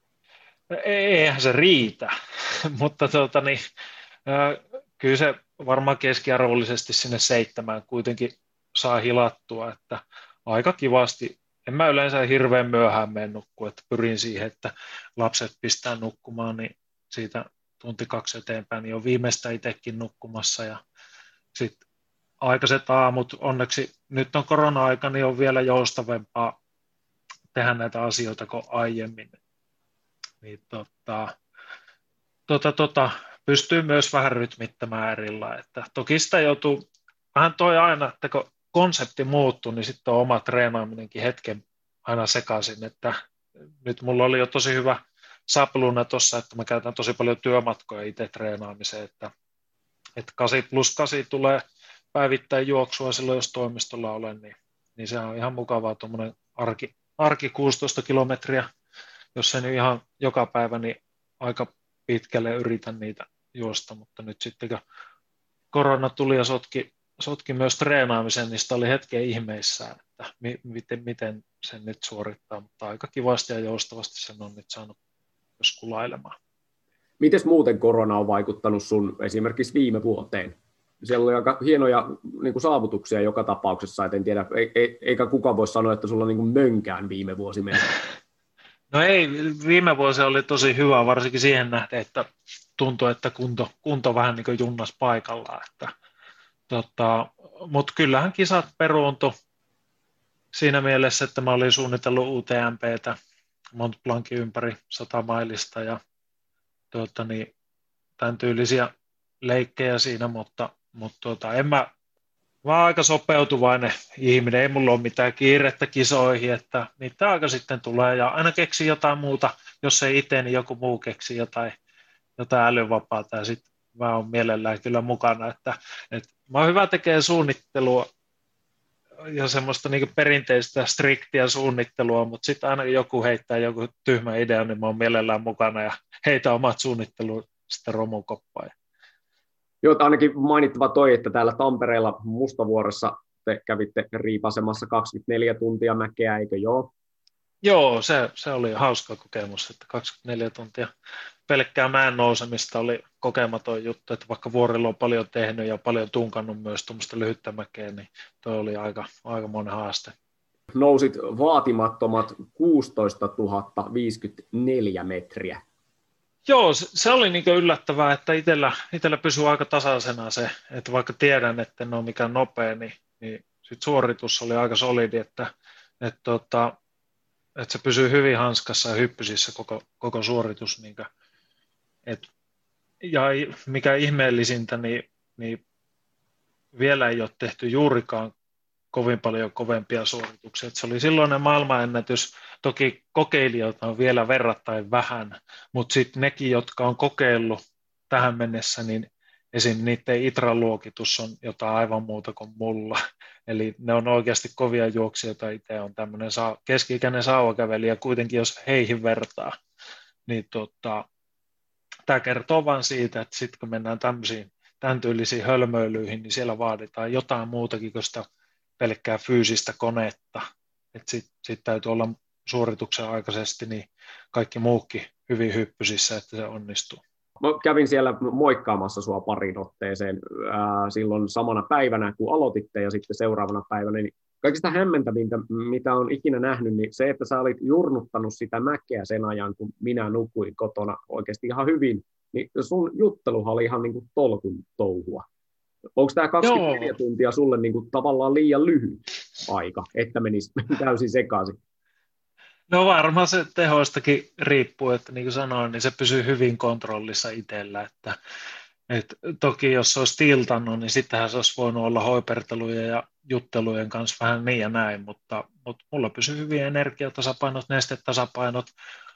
Eihän se riitä, mutta tuota, niin, kyllä se varmaan keskiarvollisesti sinne seitsemään kuitenkin saa hilattua, että aika kivasti. En mä yleensä hirveän myöhään mene nukkua, että pyrin siihen, että lapset pistää nukkumaan, niin siitä tunti kaksi eteenpäin niin on viimeistä itsekin nukkumassa ja sitten aikaiset aamut, onneksi nyt on korona-aika, niin on vielä joustavempaa tehdä näitä asioita kuin aiemmin. Niin tota, tota, tota, pystyy myös vähän rytmittämään erillä. Että toki sitä joutuu, vähän toi aina, että kun konsepti muuttuu, niin sitten on oma treenaaminenkin hetken aina sekaisin. Että nyt mulla oli jo tosi hyvä sapluna tuossa, että mä käytän tosi paljon työmatkoja itse treenaamiseen, että, että kahdeksan plus kahdeksan tulee päivittäin juoksua silloin, jos toimistolla olen, niin, niin se on ihan mukavaa tuommoinen arki, arki kuusitoista kilometriä, jos se nyt ihan joka päivä, niin aika pitkälle yritän niitä juosta, mutta nyt sitten kun korona tuli ja sotki, sotki myös treenaamisen, niin sitä oli hetken ihmeissään, että mi, miten, miten sen nyt suorittaa, mutta aika kivasti ja joustavasti sen on nyt saanut myös kulailemaan. Mites muuten korona on vaikuttanut sun esimerkiksi viime vuoteen? Siellä oli aika hienoja niin kuin saavutuksia joka tapauksessa, et en tiedä, eikä kukaan voi sanoa, että sulla on niin kuin mönkään viime vuosi mennyt. No ei, viime vuosi oli tosi hyvä, varsinkin siihen nähden, että tuntui, että kunto, kunto vähän niin kuin junnas paikallaan. Että, tota, mutta kyllähän kisat peruuntui siinä mielessä, että mä olin suunnitellut U T M P:tä Mont Blancin ympäri sata mailista ja tuota, niin, tämän tyylisiä leikkejä siinä, mutta, mutta tuota, en mä Mä aika sopeutuvainen ihminen, ei mulla ole mitään kiirettä kisoihin, että niitä aika sitten tulee ja aina keksi jotain muuta, jos ei itse, niin joku muu keksi jotain, jotain älyvapaata ja sitten mä oon mielellään kyllä mukana, että, että mä oon hyvä tekemään suunnittelua ja semmoista niin perinteistä striktiä suunnittelua, mutta sitten aina kun joku heittää joku tyhmä idea, niin mä oon mielellään mukana ja heitä omat suunnittelut sitten romukoppaan. Joo, ainakin mainittava toi, että täällä Tampereella Mustavuoressa te kävitte riipasemassa kaksikymmentäneljä tuntia mäkeä, eikö joo? Joo, se, se oli hauska kokemus, että kaksikymmentäneljä tuntia pelkkää mäen nousemista oli kokematon juttu, että vaikka vuorilla on paljon tehnyt ja paljon tunkannut myös tuommoista lyhyttä mäkeä, niin tuo oli aika, aika monen haaste. Nousit vaatimattomat kuusitoistatuhatta viisikymmentäneljä metriä. Joo, se, se oli niin yllättävää, että itsellä, itsellä pysyy aika tasaisena se, että vaikka tiedän, että en ole mikään nopea, niin, niin sit suoritus oli aika solidi, että, että, tota, että se pysyy hyvin hanskassa ja hyppysissä koko, koko suoritus. Niin kuin, et, ja mikä ihmeellisintä, niin, niin vielä ei ole tehty juurikaan kovin paljon kovempia suorituksia. Et se oli silloinen maailmanennätys, toki kokeilijoita on vielä verrattain vähän, mutta sitten nekin, jotka on kokeillut tähän mennessä, niin esim. Niiden ITRA-luokitus on jotain aivan muuta kuin mulla. Eli ne on oikeasti kovia juoksijoita, itse on tämmöinen keski-ikäinen sauvakävelijä, kuitenkin jos heihin vertaa, niin tota, tämä kertoo vain siitä, että sitten kun mennään tämmöisiin tämän tyylisiin hölmöilyihin, niin siellä vaaditaan jotain muutakin kuin sitä pelkkää fyysistä konetta. Sitten sit täytyy olla suorituksen aikaisesti niin kaikki muukin hyvin hyppysissä, että se onnistuu. Mä kävin siellä moikkaamassa sua parin otteeseen ää, silloin samana päivänä, kun aloititte, ja sitten seuraavana päivänä. Niin kaikista hämmentävintä, mitä olen ikinä nähnyt, niin se, että sä olit jurnuttanut sitä mäkeä sen ajan, kun minä nukuin kotona oikeasti ihan hyvin, niin sun jutteluhan oli ihan niin kuin tolkun touhua. Onko tämä kaksikymmentäneljä Joo. tuntia sulle niin kuin tavallaan liian lyhyt aika, että menisi täysin sekaisin? No varmaan se tehoistakin riippuu, että niin kuin sanoin, niin se pysyy hyvin kontrollissa itsellä, että, että toki jos se olisi tiltannut, niin sittenhän se olisi voinut olla hoipertelujen ja juttelujen kanssa vähän niin ja näin, mutta, mutta mulla pysyy hyvin energiatasapainot, nestetasapainot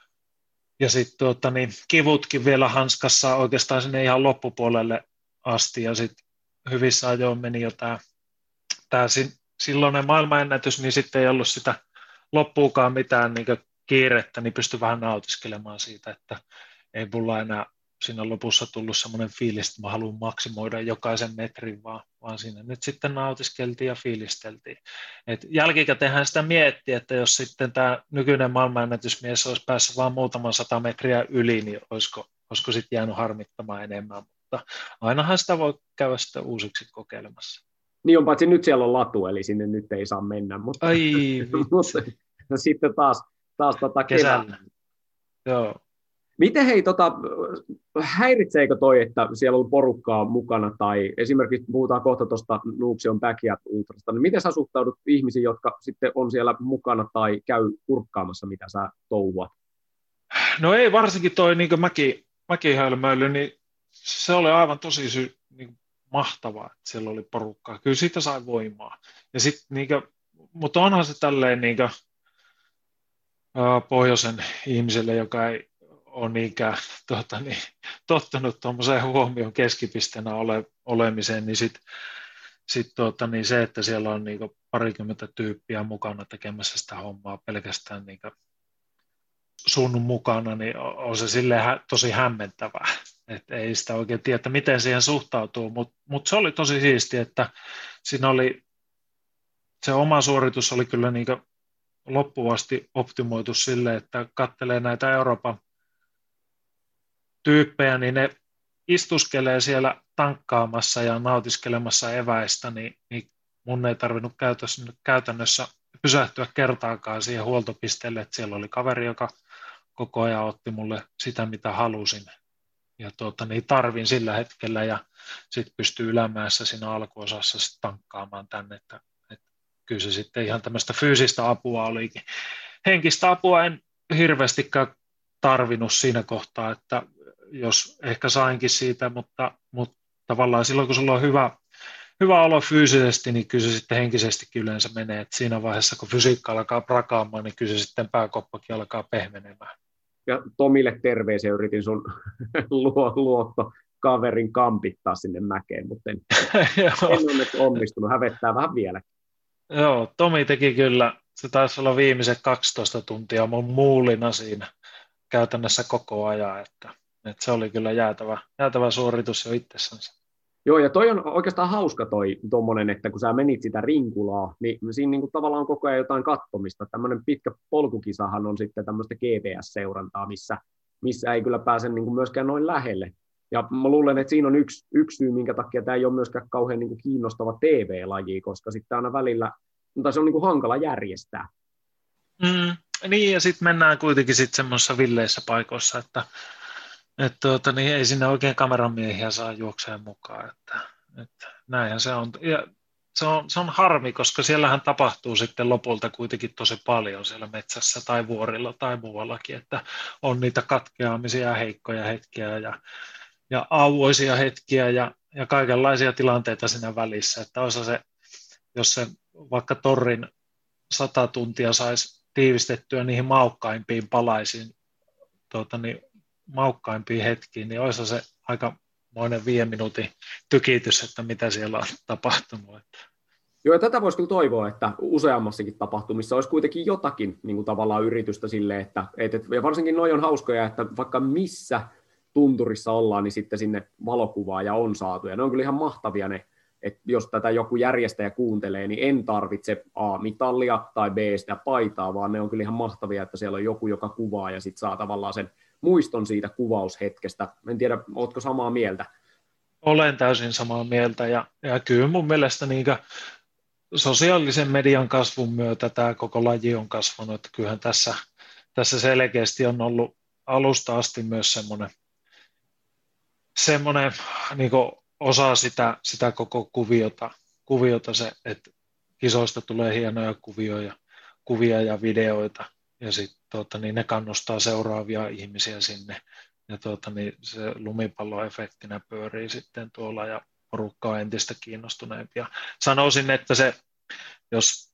ja sitten tuota, niin kivutkin vielä hanskassa oikeastaan sinne ihan loppupuolelle asti ja sitten hyvissä ajoin meni jo tämä, tämä silloinen maailmanennätys, niin sitten ei ollut sitä loppuukaan mitään niin kiirettä, niin pystyi vähän nautiskelemaan siitä, että ei mulla enää siinä lopussa tullut semmoinen fiilis, että mä haluan maksimoida jokaisen metrin, vaan, vaan siinä nyt sitten nautiskeltiin ja fiilisteltiin. Et jälkikäteenhän sitä mietti, että jos sitten tämä nykyinen maailmanennätysmies olisi päässyt vain muutaman sata metriä yli, niin olisiko, olisiko sitten jäänyt harmittamaan enemmän, mutta ainahan sitä voi käydä sitten uusiksi kokeilemassa. Niin on, paitsi nyt siellä on latu, eli sinne nyt ei saa mennä, mutta, Ai, mutta sitten taas, taas tota kesällä. Joo. Miten hei, tota, häiritseekö toi, että siellä on porukkaa mukana, tai esimerkiksi puhutaan kohta tuosta Nuuksion Backyard Ultrasta, niin miten sä suhtaudut ihmisiin, jotka sitten on siellä mukana tai käy kurkkaamassa, mitä sä touhuat? No ei, varsinkin toi niin mäki, mäkihölmöily, niin se oli aivan tosi sy- niin mahtavaa, että siellä oli porukkaa. Kyllä siitä sai voimaa. Ja sit, niin kuin, mutta onhan se tälleen niin kuin, uh, pohjoisen ihmiselle, joka ei ole niinkään tuota, niin, tottunut tuommoiseen huomioon keskipisteenä ole, olemiseen, niin sitten sit, tuota, niin se, että siellä on niin kuin, parikymmentä tyyppiä mukana tekemässä sitä hommaa pelkästään niin kuin, sun mukana, niin on se silleen tosi hämmentävää. Että ei sitä oikein tiedä, miten siihen suhtautuu, mutta mut se oli tosi siistiä, että siinä oli, se oma suoritus oli kyllä niin loppuvasti optimoitu sille, että katselee näitä Euroopan tyyppejä, niin ne istuskelee siellä tankkaamassa ja nautiskelemassa eväistä, niin, niin mun ei tarvinnut käytännössä pysähtyä kertaakaan siihen huoltopisteelle, että siellä oli kaveri, joka koko ajan otti mulle sitä, mitä halusin. Ja tuota, niin tarvin sillä hetkellä ja sitten pystyy ylämäessä siinä alkuosassa sit tankkaamaan tänne, että, että kyllä se sitten ihan tämmöistä fyysistä apua olikin. Henkistä apua en hirveästikään tarvinnut siinä kohtaa, että jos ehkä sainkin siitä, mutta, mutta tavallaan silloin kun sulla on hyvä, hyvä olo fyysisesti, niin kyllä se sitten henkisestikin yleensä menee. Et siinä vaiheessa, kun fysiikka alkaa prakaamaan, niin kyllä se sitten pääkoppakin alkaa pehmenemään. Ja Tomille terveisiä, yritin sun luotto kaverin kampittaa sinne mäkeen, mutta en, en onneksi onnistunut, hävettää vähän vielä. Joo, Tomi teki kyllä, se taisi olla viimeiset kaksitoista tuntia mun muulina siinä käytännössä koko ajan, että, että se oli kyllä jäätävä, jäätävä suoritus jo itsessänsä. Joo, ja toi on oikeastaan hauska toi tommonen, että kun sä menit sitä rinkulaa, niin siinä niinku tavallaan on koko ajan jotain kattomista. Tämmöinen pitkä polkukisahan on sitten tämmöistä G P S-seurantaa, missä, missä ei kyllä pääse niinku myöskään noin lähelle. Ja mä luulen, että siinä on yksi, yksi syy, minkä takia tämä ei ole myöskään kauhean niinku kiinnostava T V-laji, koska sitten aina välillä, mutta se on niinku hankala järjestää. Mm, niin, ja sitten mennään kuitenkin sitten semmoisissa villeissä paikoissa, että et tuota, niin ei sinne oikein kameramiehiä saa juokseen mukaan. Että, että näinhän se on. Ja se on. Se on harmi, koska siellähän tapahtuu sitten lopulta kuitenkin tosi paljon siellä metsässä tai vuorilla tai muuallakin, että on niitä katkeamisia, heikkoja hetkiä ja, ja auvoisia hetkiä ja, ja kaikenlaisia tilanteita siinä välissä. Että osa se, jos se vaikka torrin sata tuntia saisi tiivistettyä niihin maukkaimpiin palaisiin, tuota, niin maukkaimpiin hetkiin, niin olisi se aikamoinen viiden minuutin tykitys, että mitä siellä on tapahtunut. Joo, ja tätä voisi kyllä toivoa, että useammassakin tapahtumissa olisi kuitenkin jotakin niin kuin tavallaan yritystä sille, että, että ja varsinkin noi on hauskoja, että vaikka missä tunturissa ollaan, niin sitten sinne valokuvaa ja on saatu, ja ne on kyllä ihan mahtavia ne, että jos tätä joku järjestäjä kuuntelee, niin en tarvitse A, mitallia tai B, sitä paitaa, vaan ne on kyllä ihan mahtavia, että siellä on joku, joka kuvaa, ja sitten saa tavallaan sen muiston siitä kuvaushetkestä. En tiedä, ootko samaa mieltä? Olen täysin samaa mieltä, ja, ja kyllä mun mielestä niinkä sosiaalisen median kasvun myötä tämä koko laji on kasvanut, että kyllähän tässä, tässä selkeästi on ollut alusta asti myös semmoinen, semmoinen niin kuin osa sitä, sitä koko kuviota, kuviota se, että kisoista tulee hienoja kuvioja, kuvia ja videoita, ja sitten tuota, niin ne kannustaa seuraavia ihmisiä sinne, ja tuota, niin se lumipalloefektinä pyörii sitten tuolla, ja porukka on entistä kiinnostuneempi. Ja sanoisin, että se, jos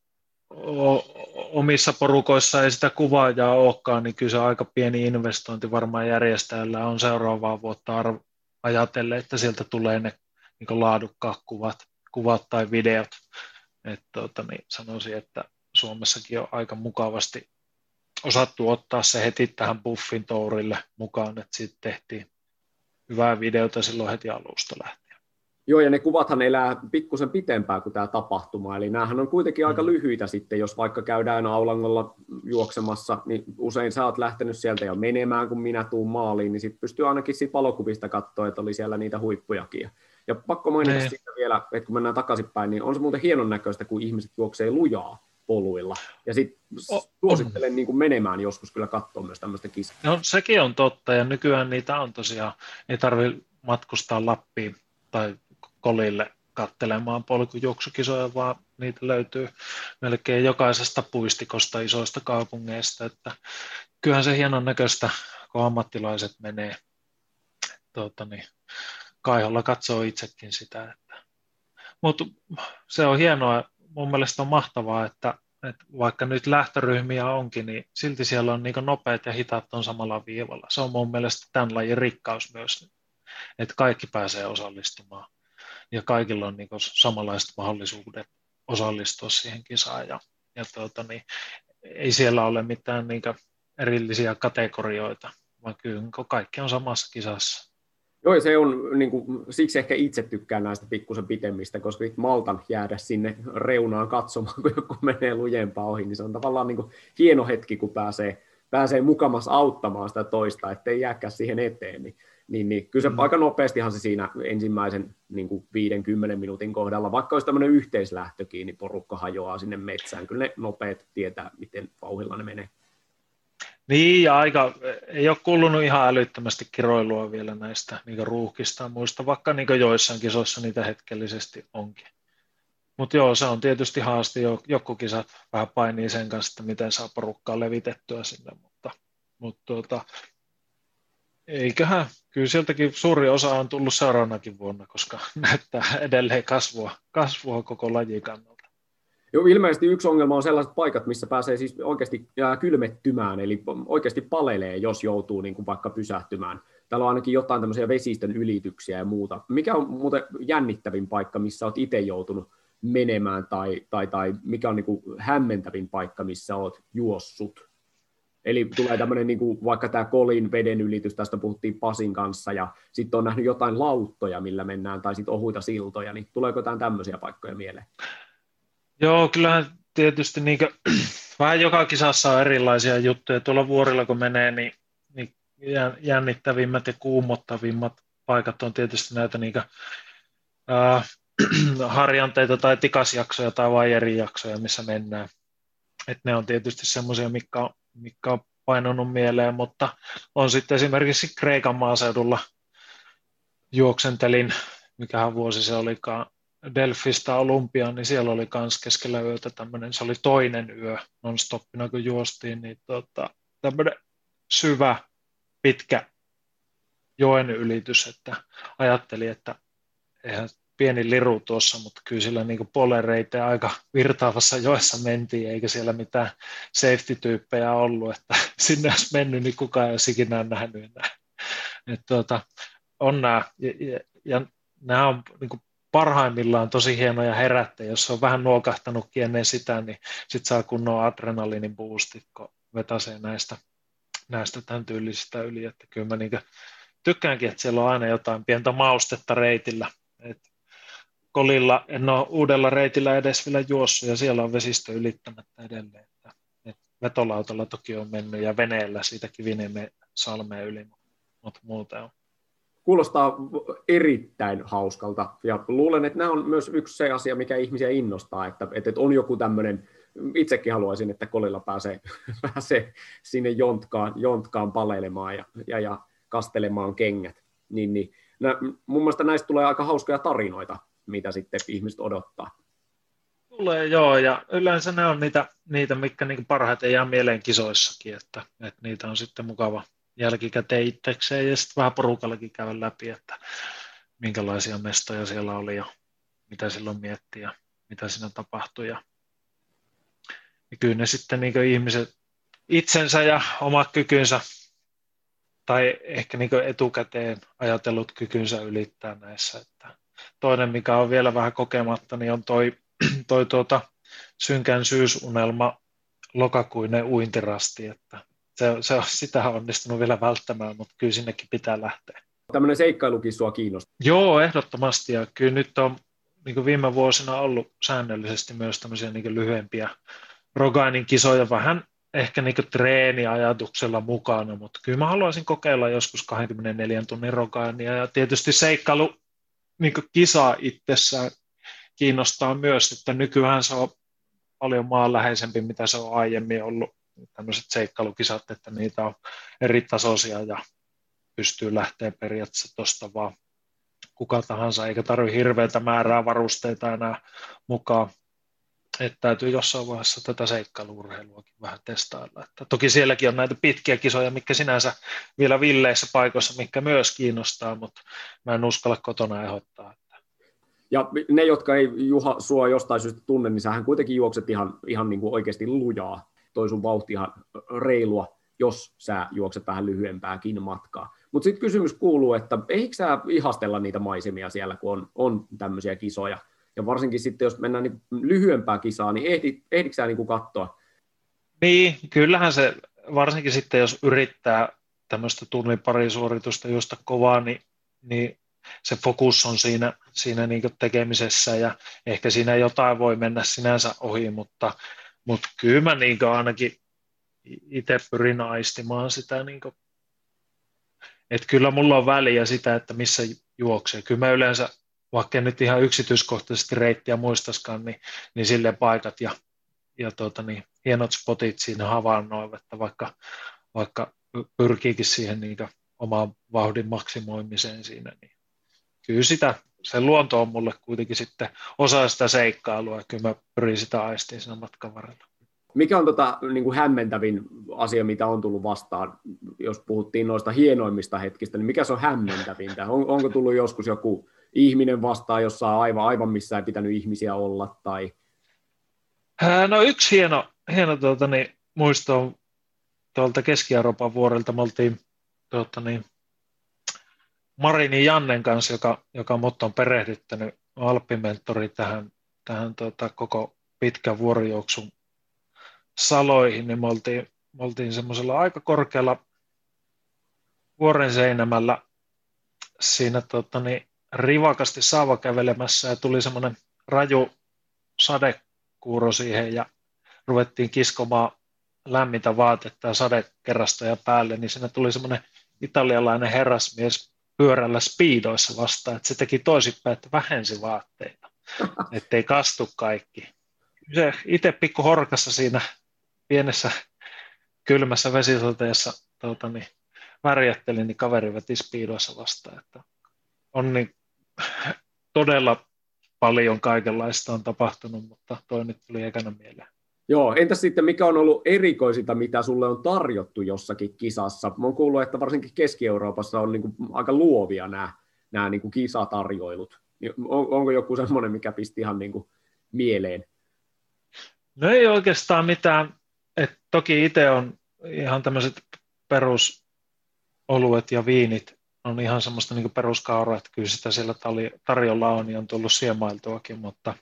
omissa porukoissa ei sitä kuvaajaa olekaan, niin kyllä se aika pieni investointi varmaan järjestäjällä on seuraavaa vuotta arvo, ajatellen, että sieltä tulee ne niin laadukkaat kuvat, kuvat tai videot. Et, tuota, niin sanoisin, että Suomessakin on aika mukavasti osattu ottaa se heti tähän Buffin tourille mukaan, että siitä tehtiin hyvää videota silloin heti alusta lähtien. Joo, ja ne kuvathan elää pikkusen pitempään kuin tämä tapahtuma, eli näähän on kuitenkin aika lyhyitä sitten, jos vaikka käydään Aulangolla juoksemassa, niin usein sä oot lähtenyt sieltä jo menemään, kun minä tuun maaliin, niin sitten pystyy ainakin siitä valokuvista katsoa, että oli siellä niitä huippujakin. Ja pakko mainita ne. Siitä vielä, että kun mennään takaisinpäin, niin on se muuten hienon näköistä, kun ihmiset juoksee lujaa poluilla. Ja sitten suosittelen niin kuin menemään joskus kyllä katsoa myös tämmöistä kisaa. No sekin on totta, ja nykyään niitä on tosiaan, ei tarvitse matkustaa Lappiin tai Kolille katselemaan polkujuoksukisoja, vaan niitä löytyy melkein jokaisesta puistikosta isoista kaupungeista, että kyllähän se hienon näköistä, kun ammattilaiset menee. Tuota, niin, Kaiholla katsoo itsekin sitä. Että. Mutta se on hienoa, mun mielestä on mahtavaa, että, että vaikka nyt lähtöryhmiä onkin, niin silti siellä on niin nopeat ja hitaat on samalla viivalla. Se on mun mielestä tämän lajin rikkaus myös, että kaikki pääsee osallistumaan. Ja kaikilla on niin samanlaiset mahdollisuudet osallistua siihen kisaan. Ja, ja tuota, niin, ei siellä ole mitään niin erillisiä kategorioita, vaan kyllä kaikki on samassa kisassa. Joo, se on, niin kuin, siksi ehkä itse tykkään näistä pikkusen pitemmistä, koska maltan jäädä sinne reunaan katsomaan, kun joku menee lujempaa ohi, niin se on tavallaan niin kuin hieno hetki, kun pääsee, pääsee mukamas auttamaan sitä toista, ettei jääkään siihen eteen. Niin, niin, niin kyllä se mm. aika nopeastihan se siinä ensimmäisen niin kuin viiden kymmenen minuutin kohdalla, vaikka olisi tämmöinen yhteislähtökin, niin porukka hajoaa sinne metsään. Kyllä ne nopeat tietää, miten vauhdilla ne menee. Niin, ja aika, ei ole kuulunut ihan älyttömästi kiroilua vielä näistä niin ruuhkista muista, vaikka niin joissain kisoissa niitä hetkellisesti onkin. Mutta joo, se on tietysti haaste, joku kisat vähän painii sen kanssa, että miten saa porukkaa levitettyä sinne, mutta, mutta tuota, Eiköhän, kyllä sieltäkin suuri osa on tullut seuraavanakin vuonna, koska näyttää edelleen kasvua, kasvua koko lajin kannalta. Joo, ilmeisesti yksi ongelma on sellaiset paikat, missä pääsee siis oikeasti kylmettymään, eli oikeasti palelee, jos joutuu niin kuin vaikka pysähtymään. Täällä on ainakin jotain tämmöisiä vesistön ylityksiä ja muuta. Mikä on muuten jännittävin paikka, missä olet itse joutunut menemään, tai, tai, tai mikä on niin kuin hämmentävin paikka, missä olet juossut? Eli tulee tämmöinen niin kuin vaikka tämä Kolin veden ylitys, tästä puhuttiin Pasin kanssa, ja sitten on nähnyt jotain lauttoja, millä mennään, tai sitten ohuita siltoja, niin tuleeko jotain tämmöisiä paikkoja mieleen? Joo, kyllähän tietysti niin kuin, vähän joka kisassa on erilaisia juttuja. Tuolla vuorilla kun menee, niin, niin jännittävimmät ja kuumottavimmat paikat on tietysti näitä niin kuin, äh, harjanteita tai tikasjaksoja tai vaierijaksoja, missä mennään. Et ne on tietysti semmoisia, mitkä on, mitkä on painunut mieleen, mutta on sitten esimerkiksi Kreikan maaseudulla juoksentelin, mikähän vuosi se olikaan, Delfistä Olympiaan, niin siellä oli kans keskellä yötä tämmöinen, se oli toinen yö non-stoppina, kun juostiin, niin tota, tämmöinen syvä, pitkä joen ylitys, että ajattelin, että eihän pieni liru tuossa, mutta kyllä sillä niin polereitä aika virtaavassa joessa mentiin, eikä siellä mitään safety-tyyppejä ollut, että sinne olisi mennyt, niin kukaan ei olisi ikinä nähnyt enää. Että tuota, on nämä, ja, ja, ja nämä on niin kuin parhaimmillaan tosi hienoja herättejä, jos on vähän nuokahtanutkin ennen sitä, niin sitten saa kunnon adrenaliinin boostit, kun vetäsee näistä, näistä tämän tyylisistä yli, että kyllä mä niin tykkäänkin, että siellä on aina jotain pientä maustetta reitillä, että Kolilla en ole uudella reitillä edes vielä juossut, ja siellä on vesistö ylittämättä edelleen, että, että vetolautalla toki on mennyt, ja veneellä siitä Kiviniemen salmeen yli, mutta muuten on. Kuulostaa erittäin hauskalta, ja luulen, että nämä on myös yksi se asia, mikä ihmisiä innostaa, että, että on joku tämmöinen, itsekin haluaisin, että Kolilla pääsee, pääsee sinne jontkaan, jontkaan paleilemaan ja, ja, ja kastelemaan kengät, niin, niin nä, mun mielestä näistä tulee aika hauskoja tarinoita, mitä sitten ihmiset odottaa. Tulee joo, ja yleensä ne on niitä, niitä mitkä niin parhaiten jää mieleen kisoissakin, että, että niitä on sitten mukava jälkikäteen itsekseen ja sitten vähän porukallakin käydä läpi, että minkälaisia mestoja siellä oli ja mitä silloin mietti ja mitä siinä tapahtui. Ja, ja kyllä ne sitten niin ihmiset itsensä ja omat kykynsä tai ehkä niin etukäteen ajatellut kykynsä ylittää näissä. Että toinen, mikä on vielä vähän kokematta, niin on toi, toi tuota, synkän syysunelma lokakuinen uintirasti, että Se, se on, sitä on onnistunut vielä välttämään, mutta kyllä sinnekin pitää lähteä. Tämmöinen seikkailukin sua kiinnostaa? Joo, ehdottomasti. Ja kyllä nyt on niin kuin viime vuosina ollut säännöllisesti myös tämmöisiä niin kuin lyhyempiä Rogainin kisoja, vähän ehkä niin kuin treeniajatuksella mukana, mutta kyllä mä haluaisin kokeilla joskus kaksikymmentäneljän tunnin Rogainia. Ja tietysti seikkailu niin kuin kisa itsessään kiinnostaa myös, että nykyään se on paljon maanläheisempi, mitä se on aiemmin ollut. Tämmöiset seikkailukisat, että niitä on eri tasoisia ja pystyy lähteä periaatteessa tuosta vaan kuka tahansa, eikä tarvitse hirveätä määrää varusteita enää mukaan. Että täytyy jossain vaiheessa tätä seikkailu-urheiluakin vähän testailla. Että toki sielläkin on näitä pitkiä kisoja, mitkä sinänsä vielä villeissä paikoissa, mitkä myös kiinnostaa, mutta mä en uskalla kotona ehdottaa. Ja ne, jotka ei Juha sua jostain syystä tunne, niin sähän kuitenkin juokset ihan, ihan niin kuin oikeasti lujaa. Toi sun vauhti ihan reilua, jos sä juokset vähän lyhyempääkin matkaa. Mutta sitten kysymys kuuluu, että eikö sä ihastella niitä maisemia siellä, kun on, on tämmöisiä kisoja? Ja varsinkin sitten, jos mennään niin lyhyempää kisaa, niin ehdit, ehditkö sä niin katsoa? Niin, kyllähän se, varsinkin sitten jos yrittää tämmöistä tunnin pari suoritusta juosta kovaa, niin, niin se fokus on siinä, siinä niin tekemisessä ja ehkä siinä jotain voi mennä sinänsä ohi, mutta Mutta kyllä mä niinku ainakin itse pyrin aistimaan sitä, niinku, että kyllä mulla on väliä sitä, että missä juoksee. Kyllä mä yleensä, vaikka nyt ihan yksityiskohtaisesti reittiä muistaskaan, niin, niin silleen paikat ja, ja tuota, niin, hienot spotit siinä havainnoivat, että vaikka, vaikka pyrkiikin siihen niinku omaan vauhdin maksimoimiseen siinä, niin kyllä sitä, se luonto on mulle kuitenkin sitten osa sitä seikkailua, ja kyllä mä pyrin sitä aistiin siinä matkan varrella. Mikä on tota, niin kuin hämmentävin asia, mitä on tullut vastaan, jos puhuttiin noista hienoimmista hetkistä, niin mikä se on hämmentävintä? On, onko tullut joskus joku ihminen vastaan jossain aivan, aivan missä ei pitänyt ihmisiä olla? Tai... No yksi hieno, hieno tuota, niin, muisto on tuolta Keski-Euroopan vuorilta. Me oltiin tuota, niin, Marinin Jannen kanssa, joka, joka mut on perehdyttänyt, alppimentori tähän, tähän tuota, koko pitkän vuorijuoksun saloihin, niin me oltiin, me oltiin semmoisella aika korkealla vuoren seinämällä siinä tota, niin, rivakasti saavakävelemässä ja tuli semmoinen raju sadekuuro siihen ja ruvettiin kiskomaan lämmintä vaatetta ja sadekerrastoja päälle, niin siinä tuli semmoinen italialainen herrasmies pyörällä speedoissa vastaan, että se teki toisinpäin, että vähensi vaatteita, ettei kastu kaikki. Se itse pikku horkassa siinä pienessä kylmässä vesisateessa tuota, niin, värjätteli, niin kaveri veti speedoissa vastaan. Että on niin, todella paljon kaikenlaista on tapahtunut, mutta toi nyt tuli ekana mieleen. Joo, entäs sitten mikä on ollut erikoisinta, mitä sulle on tarjottu jossakin kisassa? Mä oon kuullut, että varsinkin Keski-Euroopassa on niin kuin aika luovia nämä, nämä niin kuin kisatarjoilut. On, onko joku semmoinen, mikä pisti ihan niin kuin mieleen? No ei oikeastaan mitään. Et toki itse on ihan tämmöiset perusoluet ja viinit on ihan semmoista niin kuin peruskauraa, että kyllä sitä siellä tarjolla on ja on tullut siemailtuakin, mutta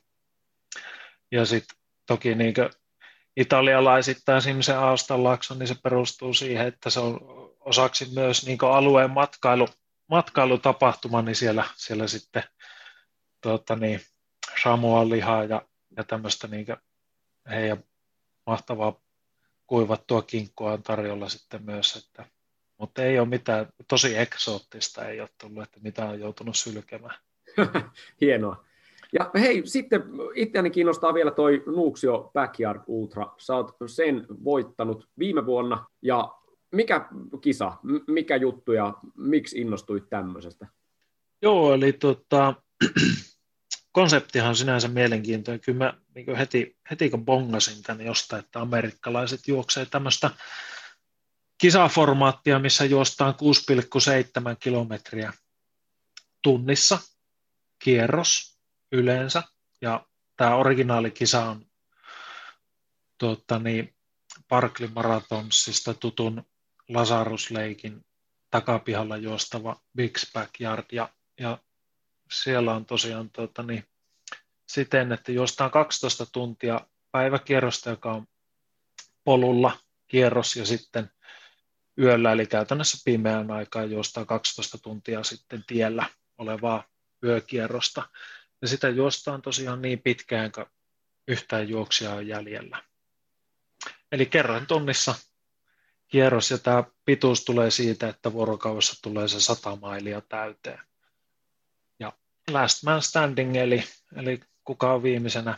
ja sitten toki niin kuin italialaisittain se Aastanlaakso, niin se perustuu siihen, että se on osaksi myös niin kuin alueen matkailu, matkailutapahtuma, niin siellä, siellä sitten tuota niin, samoa-lihaa ja, ja tämmöistä niin kuin heidän mahtavaa kuivattua kinkkua on tarjolla sitten myös, että, mutta ei ole mitään, tosi eksoottista ei ole tullut, että mitä on joutunut sylkemään. Hienoa. Ja hei, sitten itseäni kiinnostaa vielä toi Nuuksio Backyard Ultra. Sä oot sen voittanut viime vuonna. Ja mikä kisa, mikä juttu ja miksi innostuit tämmöisestä? Joo, eli tota, konseptihan on sinänsä mielenkiintoinen. Kyllä mä niin heti, heti kun bongasin tänne jostain, että amerikkalaiset juoksee tämmöistä kisaformaattia, missä juostaan kuusi pilkku seitsemän kilometriä tunnissa, kierros yleensä, ja tämä originaalikisa on tuota, niin, Barkley Marathonsista tutun Lazarus Laken takapihalla juostava Big Backyard, ja, ja siellä on tosiaan tuota, niin, siten, että juostaan kaksitoista tuntia päiväkierrosta, joka on polulla kierros, ja sitten yöllä, eli käytännössä pimeän aikaa juostaan kaksitoista tuntia sitten tiellä olevaa yökierrosta. Ja sitä juostaan tosiaan niin pitkään, kun yhtään juoksia on jäljellä. Eli kerran tunnissa kierros, ja tämä pituus tulee siitä, että vuorokaudessa tulee se sata mailia täyteen. Ja last man standing, eli, eli kuka on viimeisenä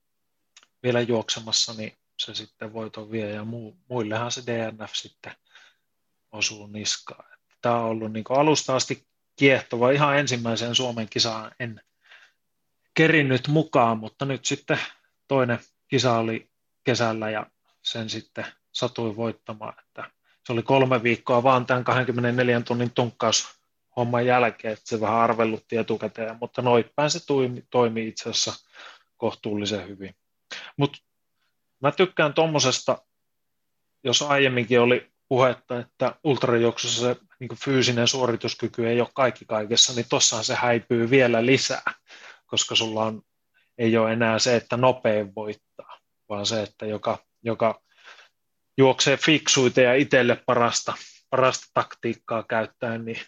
vielä juoksemassa, niin se sitten voiton vie, ja mu, muillehan se D N F sitten osuu niskaan. Tämä on ollut niin kuin alusta asti kiehtova. Ihan ensimmäiseen Suomen kisaan en kerinnyt mukaan, mutta nyt sitten toinen kisa oli kesällä ja sen sitten satui voittamaan. Että se oli kolme viikkoa vaan tämän kaksikymmentäneljän tunnin tunkkaushomman jälkeen, että se vähän arvellutti etukäteen, mutta noitpäin se toimi, toimi itse asiassa kohtuullisen hyvin. Mutta mä tykkään tuommoisesta, jos aiemminkin oli puhetta, että ultrajuoksussa se niin kuin fyysinen suorituskyky ei ole kaikki kaikessa, niin tossahan se häipyy vielä lisää, koska sulla on, ei ole enää se, että nopein voittaa, vaan se, että joka, joka juoksee fiksuita ja itselle parasta, parasta taktiikkaa käyttäen, niin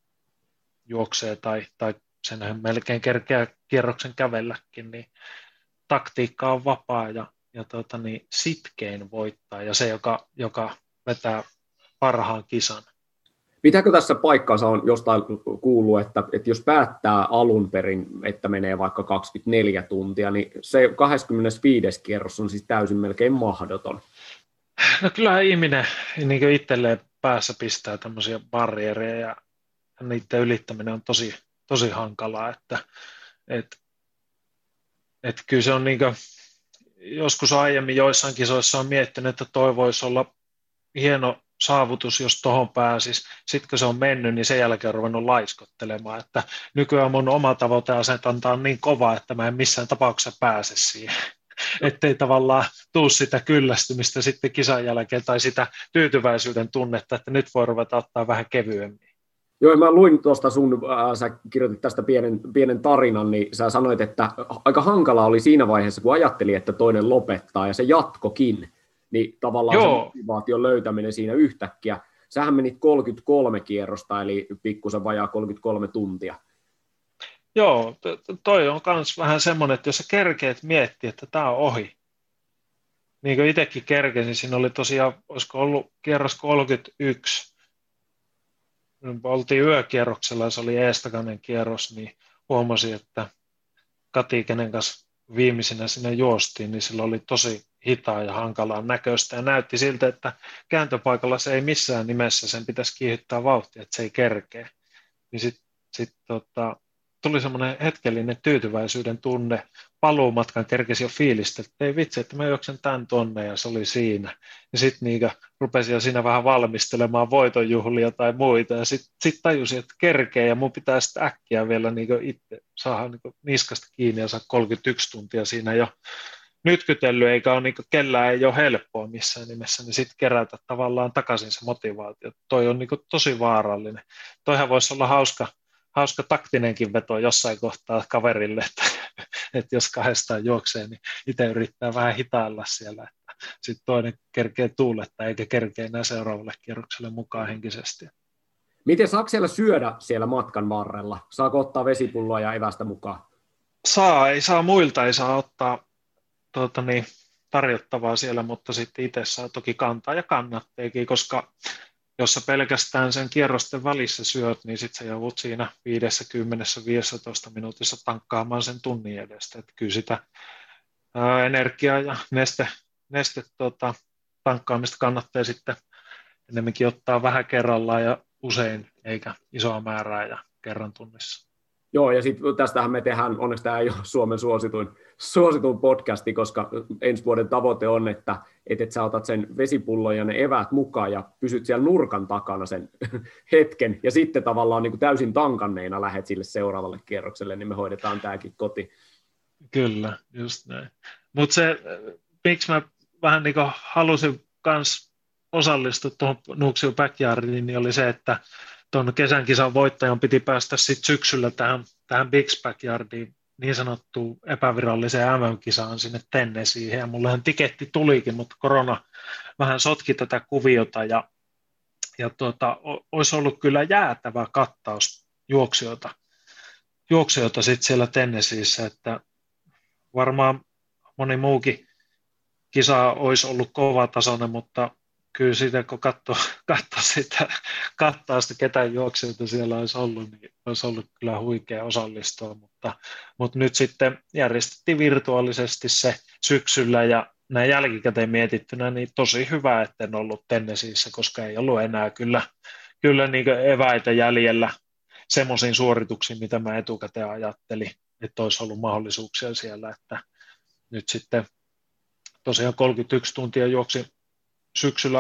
juoksee tai, tai senhän melkein kerkeä kierroksen kävelläkin, niin taktiikka on vapaa ja, ja tuota, niin sitkein voittaa ja se, joka, joka vetää parhaan kisan. Pitääkö tässä paikkaansa, on jostain kuullut, että, että jos päättää alun perin, että menee vaikka kaksikymmentäneljä tuntia, niin se kahdeskymmenesviides kierros on siis täysin melkein mahdoton. No kyllähän ihminen niin itselleen päässä pistää tämmöisiä barriereja ja niiden ylittäminen on tosi, tosi hankalaa, että et, et kyllä se on niin kuin, joskus aiemmin joissain kisoissa on miettinyt, että toi voisi olla hieno saavutus, jos tuohon pääsisi. Sitten kun se on mennyt, niin sen jälkeen on ruvennut laiskottelemaan. Että nykyään mun oma tavoiteasentanta on niin kova, että mä en missään tapauksessa pääse siihen. Ettei tavallaan tuu sitä kyllästymistä sitten kisan jälkeen tai sitä tyytyväisyyden tunnetta, että nyt voi ruveta ottaa vähän kevyemmin. Joo, mä luin tuosta sun, äh, sä kirjoitit tästä pienen, pienen tarinan, niin sä sanoit, että aika hankala oli siinä vaiheessa, kun ajatteli, että toinen lopettaa, ja se jatkokin, niin tavallaan Joo. se motivaation löytäminen siinä yhtäkkiä. Sähän menit kolmekymmentäkolme kierrosta, eli pikkusen vajaa kolmekymmentäkolme tuntia. Joo, toi on myös vähän semmoinen, että jos sä kerkeet miettiä, että tämä on ohi, niin kuin itsekin kerkesin, siinä oli tosiaan, olisiko ollut kierros kolmekymmentäyksi, oltiin yökierroksella ja se oli eestakainen kierros, niin huomasin, että Kati, kenen kanssa viimeisenä sinne juostiin, niin sillä oli tosi hitaa ja hankalaa näköistä ja näytti siltä, että kääntöpaikalla se ei missään nimessä, sen pitäisi kiihdyttää vauhtia, että se ei kerkeä. Niin sitten sit, tota, tuli semmoinen hetkellinen tyytyväisyyden tunne, paluumatkan kerkesi jo fiilistä, että ei vitsi, että mä juoksen tämän tonne ja se oli siinä. Ja sitten niitä rupesin jo siinä vähän valmistelemaan voitonjuhlia tai muita ja sitten sit tajusin, että kerkee ja mun pitää sitten äkkiä vielä niin itse saada niin niskasta kiinni ja saa kolmekymmentäyksi tuntia siinä jo nytkytellyt, eikä ole niin kellään ei ole helppoa missään nimessä, niin sitten kerätä tavallaan takaisin se motivaatio. Toi on niin tosi vaarallinen. Toihan voisi olla hauska, hauska taktinenkin veto jossain kohtaa kaverille, että, että jos kahdestaan juoksee, niin itse yrittää vähän hitailla siellä, että sitten toinen kerkee tuuletta eikä kerkee enää seuraavalle kierrokselle mukaan henkisesti. Miten saako siellä syödä siellä matkan varrella? Saako ottaa vesipulloa ja evästä mukaan? Saa, ei saa muilta, ei saa ottaa tuota niin, tarjottavaa siellä, mutta sitten itse saa toki kantaa ja kannatteekin, koska jos sä pelkästään sen kierrosten välissä syöt, niin sitten sä joudut siinä viisikymmentä viisitoista minuutissa tankkaamaan sen tunnin edestä. Että kyllä sitä ää, energiaa ja neste, neste tota, tankkaamista kannattaa sitten enemmänkin ottaa vähän kerrallaan ja usein, eikä isoa määrää ja kerran tunnissa. Joo, ja sitten tästähän me tehdään, onneksi tämä ei ole Suomen suosituin, suosituin podcasti, koska ensi vuoden tavoite on, että, että et sä otat sen vesipullon ja ne eväät mukaan ja pysyt siellä nurkan takana sen hetken, ja sitten tavallaan niin kuin täysin tankanneina lähdet sille seuraavalle kierrokselle, niin me hoidetaan tämäkin koti. Kyllä, just näin. Mutta se, miksi mä vähän niin kuin halusin myös osallistua tuohon Nuuksio Backyardiin, niin oli se, että tuon kesän kisan voittajan piti päästä sit syksyllä tähän, tähän Big Backyardiin niin sanottuun epäviralliseen M M-kisaan sinne Tennesseeihin. Ja mullehan tiketti tulikin, mutta korona vähän sotki tätä kuviota ja, ja tuota, olisi ollut kyllä jäätävä kattaus juoksijoita, juoksijoita sit siellä Tennesseeissä, että varmaan moni muukin kisa olisi ollut kovatasoinen, mutta kyllä siitä, kun katsoo, katsoo sitä, kattaa sitä, ketä juoksijoita siellä olisi ollut, niin olisi ollut kyllä huikea osallistua, mutta, mutta nyt sitten järjestettiin virtuaalisesti se syksyllä ja näin jälkikäteen mietittynä, niin tosi hyvä, että en ollut Tennesseeissä, koska ei ollut enää kyllä, kyllä niin eväitä jäljellä semmoisiin suorituksiin, mitä mä etukäteen ajattelin, että olisi ollut mahdollisuuksia siellä, että nyt sitten tosiaan kolmekymmentäyksi tuntia juoksi syksyllä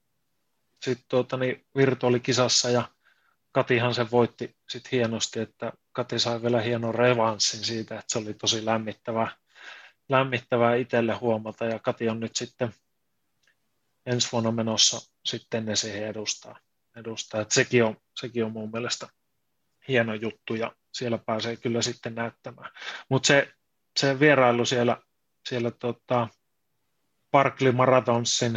sitten tuota, niin virtuaalikisassa ja Katihan sen voitti sit hienosti, että Kati sai vielä hienon revanssin siitä, että se oli tosi lämmittävää, lämmittävää itselle huomata ja Kati on nyt sitten ensi vuonna menossa sitten ne siihen edustaa. edustaa. Että sekin, on, sekin on mun mielestä hieno juttu ja siellä pääsee kyllä sitten näyttämään. Mutta se, se vierailu siellä, siellä tota Barkley Marathonsin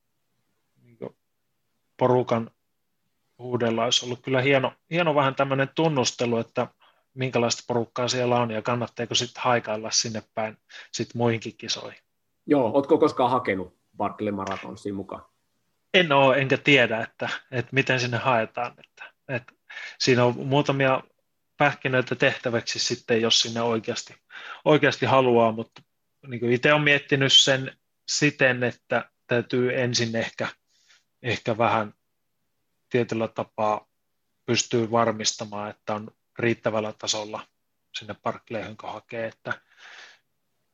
porukan huudella olisi ollut kyllä hieno, hieno vähän tämmöinen tunnustelu, että minkälaista porukkaa siellä on ja kannattaako sitten haikailla sinne päin sitten muihinkin kisoihin. Joo, ootko koskaan hakenut Barkley Marathonsiin mukaan? En ole, enkä tiedä, että, että miten sinne haetaan. Että, että siinä on muutamia pähkinöitä tehtäväksi sitten, jos sinne oikeasti, oikeasti haluaa, mutta niin kuin itse olen miettinyt sen siten, että täytyy ensin ehkä ehkä vähän tietyllä tapaa pystyy varmistamaan, että on riittävällä tasolla sinne Barkleyhyn, kun hakee, että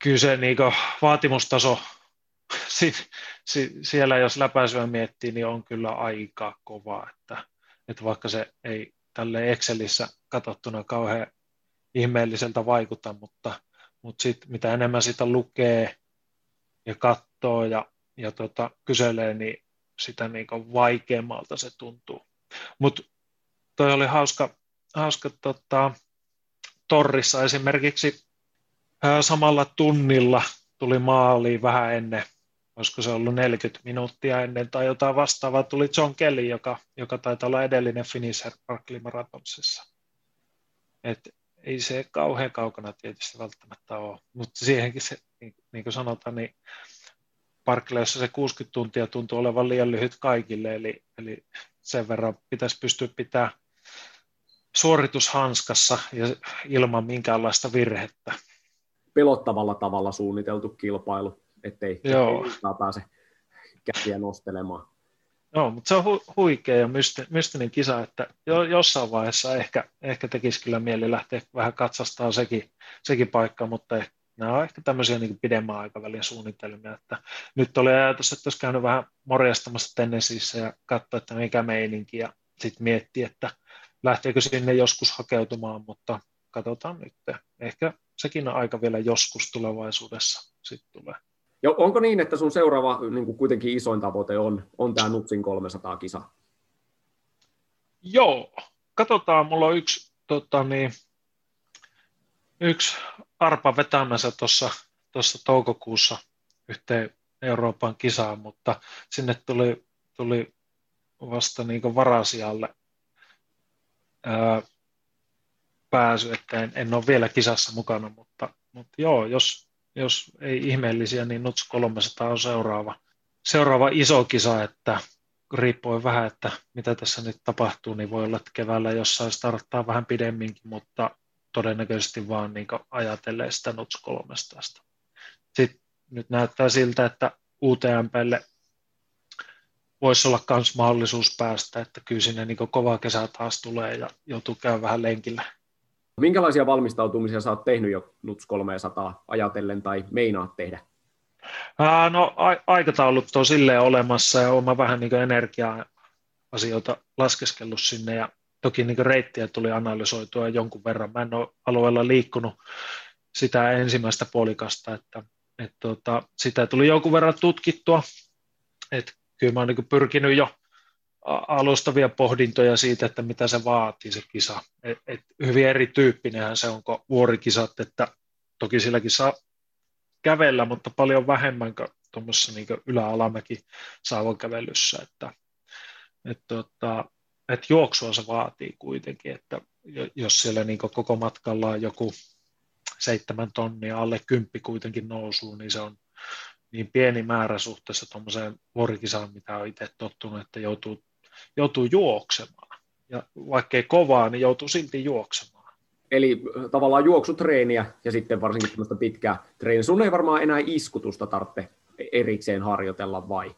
kyllä se niin vaatimustaso si, si, siellä, jos läpäisyä miettii, niin on kyllä aika kova, että, että vaikka se ei tälle Excelissä katsottuna kauhean ihmeelliseltä vaikuta, mutta, mutta sit, mitä enemmän sitä lukee ja katsoo ja, ja tota, kyselee, niin sitä niin vaikeammalta se tuntuu. Mutta toi oli hauska, hauska tota, torrissa esimerkiksi ää, samalla tunnilla tuli maaliin vähän ennen, olisiko se ollut neljäkymmentä minuuttia ennen tai jotain vastaavaa, tuli John Kelly, joka, joka taitaa olla edellinen finisher Barkley Marathonsissa. Et ei se kauhean kaukana tietysti välttämättä ole, mutta siihenkin se, niin, niin kuin sanotaan, niin Barkleyssa se kuusikymmentä tuntia tuntuu olevan liian lyhyt kaikille, eli, eli sen verran pitäisi pystyä pitämään suoritushanskassa ja ilman minkäänlaista virhettä. Pelottavalla tavalla suunniteltu kilpailu, ettei, ettei pääse käsiä nostelemaan. Joo, mutta se on hu- huikea ja mysti- mystinen kisa, että jo, jossain vaiheessa ehkä, ehkä tekisi kyllä mieli lähteä vähän katsastamaan sekin, sekin paikka, mutta ehkä, nämä on ehkä tämmöisiä niin pidemmän aikavälin suunnitelmia, että nyt oli ajatus, että olisi käynyt vähän morjastamassa Tennesseeissä ja katsoa, että mikä meininki ja sitten miettiä, että lähteekö sinne joskus hakeutumaan, mutta katsotaan nyt. Ehkä sekin on aika vielä joskus tulevaisuudessa sitten tulee. Ja onko niin, että sun seuraava niin kuin kuitenkin isoin tavoite on, on tämä Nutsin kolmesataa kisa? Joo, katsotaan. Mulla on yksi, tota niin, yksi arpa vetämässä tuossa toukokuussa yhteen Euroopan kisaan, mutta sinne tuli, tuli vasta niin varasijalle ää, pääsy, että en, en ole vielä kisassa mukana, mutta, mutta joo, jos, jos ei ihmeellisiä, niin Nuts kolmesataa on seuraava, seuraava iso kisa, että riippuen vähän, että mitä tässä nyt tapahtuu, niin voi olla, että keväällä jossain starttaa vähän pidemminkin, mutta todennäköisesti vaan niin ajatellee sitä Nuts kolmesataa. Sitten nyt näyttää siltä, että U T M P:lle voisi olla myös mahdollisuus päästä, että kyllä sinne niin kova kesä taas tulee ja joutuu käymään vähän lenkillä. Minkälaisia valmistautumisia sä oot tehnyt jo Nuts kolmesataa ajatellen tai meinaat tehdä? Ää, no a- aikataulut on silleen olemassa ja olen vähän niin energia-asioita laskeskellut sinne ja toki niin reittiä tuli analysoitua jonkun verran. Mä en ole alueella liikkunut sitä ensimmäistä puolikasta, että, että tota, sitä tuli jonkun verran tutkittua. Että kyllä mä oon niin pyrkinyt jo alustavia pohdintoja siitä, että mitä se vaatii se kisa. Et, et hyvin erityyppinenhän se onko vuorikisat, että toki silläkin saa kävellä, mutta paljon vähemmän kuin tuommoisessa niin ylä-alamäki sauvakävelyssä, että et, tota, et juoksua se vaatii kuitenkin, että jos siellä niin koko matkalla on joku seitsemän tonnia, alle kymppi kuitenkin nousuu, niin se on niin pieni määrä suhteessa tuommoiseen vuorikisaan, mitä on itse tottunut, että joutuu, joutuu juoksemaan. Ja vaikkei kovaa, niin joutuu silti juoksemaan. Eli tavallaan juoksutreeniä ja sitten varsinkin tämmöistä pitkää treeniä. Sun ei varmaan enää iskutusta tarvitse erikseen harjoitella vai?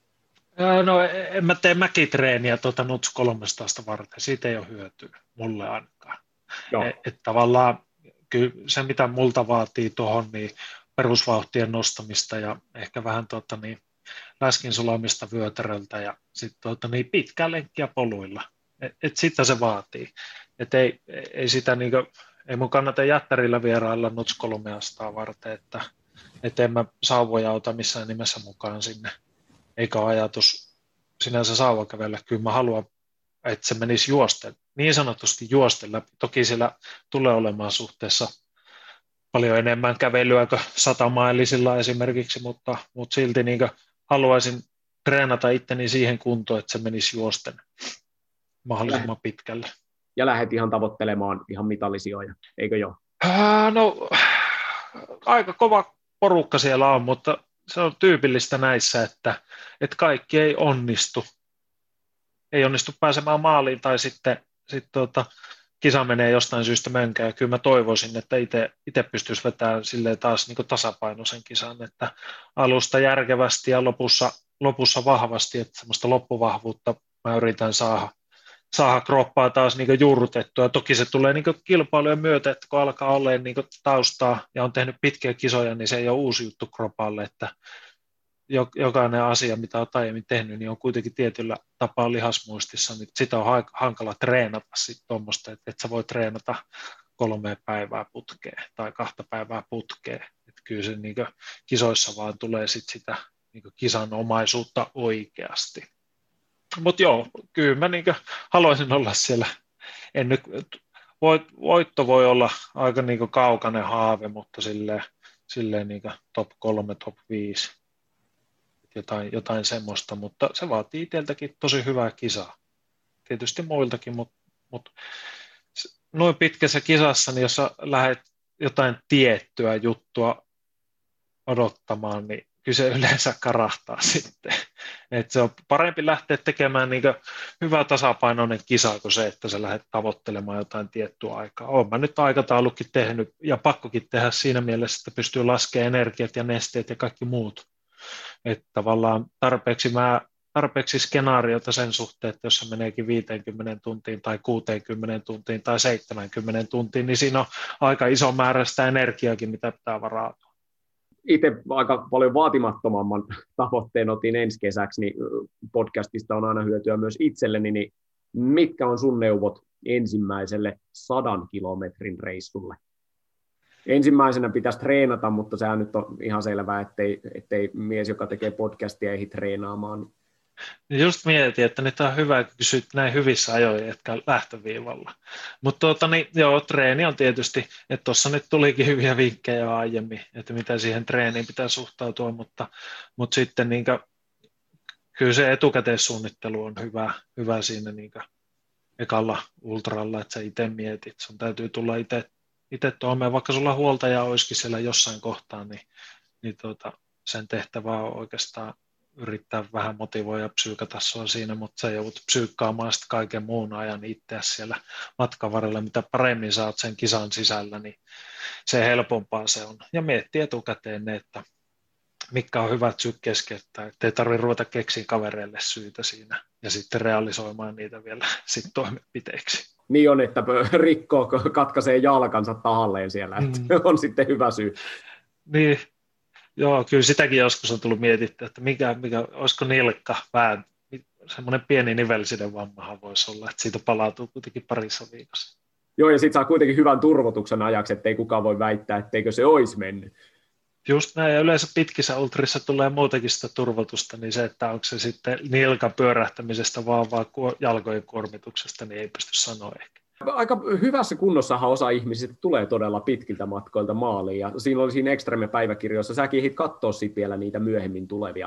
No en mä tee mäkitreeniä tuota Nuts kolmesataa varten. Siitä ei ole hyötyä mulle ainakaan. Et, et tavallaan kyllä se, mitä multa vaatii tuohon, niin perusvauhtien nostamista ja ehkä vähän tuota, niin, läskin sulamista vyötäröltä ja sitten tuota, niin, pitkää lenkkiä poluilla. Et, et sitä se vaatii. Et ei, ei, sitä, niin kuin, ei mun kannata jättärillä vierailla Nuts kolmesataa varten, että et en mä sauvoja ota missään nimessä mukaan sinne. Eikä ole ajatus sinänsä sauvakävellä. Kyllä mä haluan, että se menisi juosten, niin sanotusti juosten läpi. Toki siellä tulee olemaan suhteessa paljon enemmän kävelyä kuin satamailisilla esimerkiksi, mutta, mutta silti niin haluaisin treenata itteni siihen kuntoon, että se menisi juosten mahdollisimman pitkälle. Ja lähdet ihan tavoittelemaan ihan mitallisijoja, eikö joo? No, aika kova porukka siellä on, mutta se on tyypillistä näissä, että, että kaikki ei onnistu. Ei onnistu pääsemään maaliin tai sitten, sitten tuota, kisa menee jostain syystä mönkään. Ja kyllä mä toivoisin, että itse pystyisi vetämään silleen taas niin kuin tasapainoisen kisan, että alusta järkevästi ja lopussa, lopussa vahvasti, että semmoista loppuvahvuutta mä yritän saada, saada kroppaa taas niin juurrutettua. Toki se tulee niin kilpailujen myötä, että kun alkaa olla niin taustaa ja on tehnyt pitkiä kisoja, niin se ei ole uusi juttu kropalle, että jokainen asia, mitä olet aiemmin tehnyt, niin on kuitenkin tietyllä tapaa lihasmuistissa, niin sitä on hankala treenata sitten tuommoista, että et sä voi treenata kolme päivää putkeen tai kahta päivää putkeen. Että kyllä se niin kisoissa vaan tulee sit sitä niin kisanomaisuutta oikeasti. Mutta joo, kyllä mä niin haluaisin olla siellä. En nyt, voitto voi olla aika niin kaukainen haave, mutta silleen, silleen niin top kolme, top viisi. Jotain, jotain semmoista, mutta se vaatii itseltäkin tosi hyvää kisaa. Tietysti muiltakin, mutta, mutta noin pitkässä kisassa, niin jos sä lähdet jotain tiettyä juttua odottamaan, niin kyllä se yleensä karahtaa sitten. Et se on parempi lähteä tekemään niin hyvä tasapainoinen kisa kuin se, että sä lähdet tavoittelemaan jotain tiettyä aikaa. Olen mä nyt aikataulukin tehnyt ja pakkokin tehdä siinä mielessä, että pystyy laskemaan energiat ja nesteet ja kaikki muut. Että tavallaan tarpeeksi, mä, tarpeeksi skenaariota sen suhteen, että jos se meneekin viisikymmentä tuntiin tai kuusikymmentä tuntiin tai seitsemänkymmentä tuntiin, niin siinä on aika iso määrä sitä energiaakin, mitä pitää varautua. Itse aika paljon vaatimattomamman tavoitteen otin ensi kesäksi, niin podcastista on aina hyötyä myös itselleni, niin mitkä on sun neuvot ensimmäiselle sadan kilometrin reissulle? Ensimmäisenä pitäisi treenata, mutta sehän nyt on ihan selvää, ettei, ettei mies, joka tekee podcastia, ehdi treenaamaan. Just mietin, että nyt on hyvä, kun kysyt näin hyvissä ajoin, etkä lähtöviivalla. Mutta tuota, niin, joo, treeni on tietysti, että tuossa nyt tulikin hyviä vinkkejä aiemmin, että mitä siihen treeniin pitää suhtautua, mutta, mutta sitten niin kuin, kyllä se etukäteissuunnittelu on hyvä, hyvä siinä niin kuin ekalla ultralla, että sä itse mietit, sun täytyy tulla itse itse toimeen, vaikka sulla huoltaja olisikin siellä jossain kohtaa, niin, niin tuota, sen tehtävä on oikeastaan yrittää vähän motivoida psyykata sua siinä, mutta sä joudut psyykkaamaan sitten kaiken muun ajan itseäsi siellä matkan varrella, mitä paremmin sä oot sen kisan sisällä, niin se helpompaa se on. Ja miettii etukäteen ne, että mitkä on hyvät syyt keskeyttää, ettei tarvitse ruveta keksiä kavereille syitä siinä ja sitten realisoimaan niitä vielä sit toimenpiteiksi. Niin on, että rikkoo, katkaisee jalkansa tahalleen siellä, että mm. on sitten hyvä syy. Niin, joo, kyllä sitäkin joskus on tullut mietittyä, että mikä, mikä olisiko nilkka vähän, semmoinen pieni nivelsiden vammahan voisi olla, että siitä palautuu kuitenkin parissa viikossa. Joo, ja sitten saa kuitenkin hyvän turvotuksen ajaksi, ettei kukaan voi väittää, etteikö se olisi mennyt. Just näin, ja yleensä pitkissä ultrissa tulee muutenkin sitä turvotusta, niin se, että onko se sitten nilkan pyörähtämisestä vaan, vaan jalkojen kuormituksesta, niin ei pysty sanoa ehkä. Aika hyvässä kunnossahan osa ihmisistä tulee todella pitkiltä matkoilta maaliin, ja siinä oli siinä Extreme-päiväkirjoissa, säkin ehdit katsoa sitten vielä niitä myöhemmin tulevia.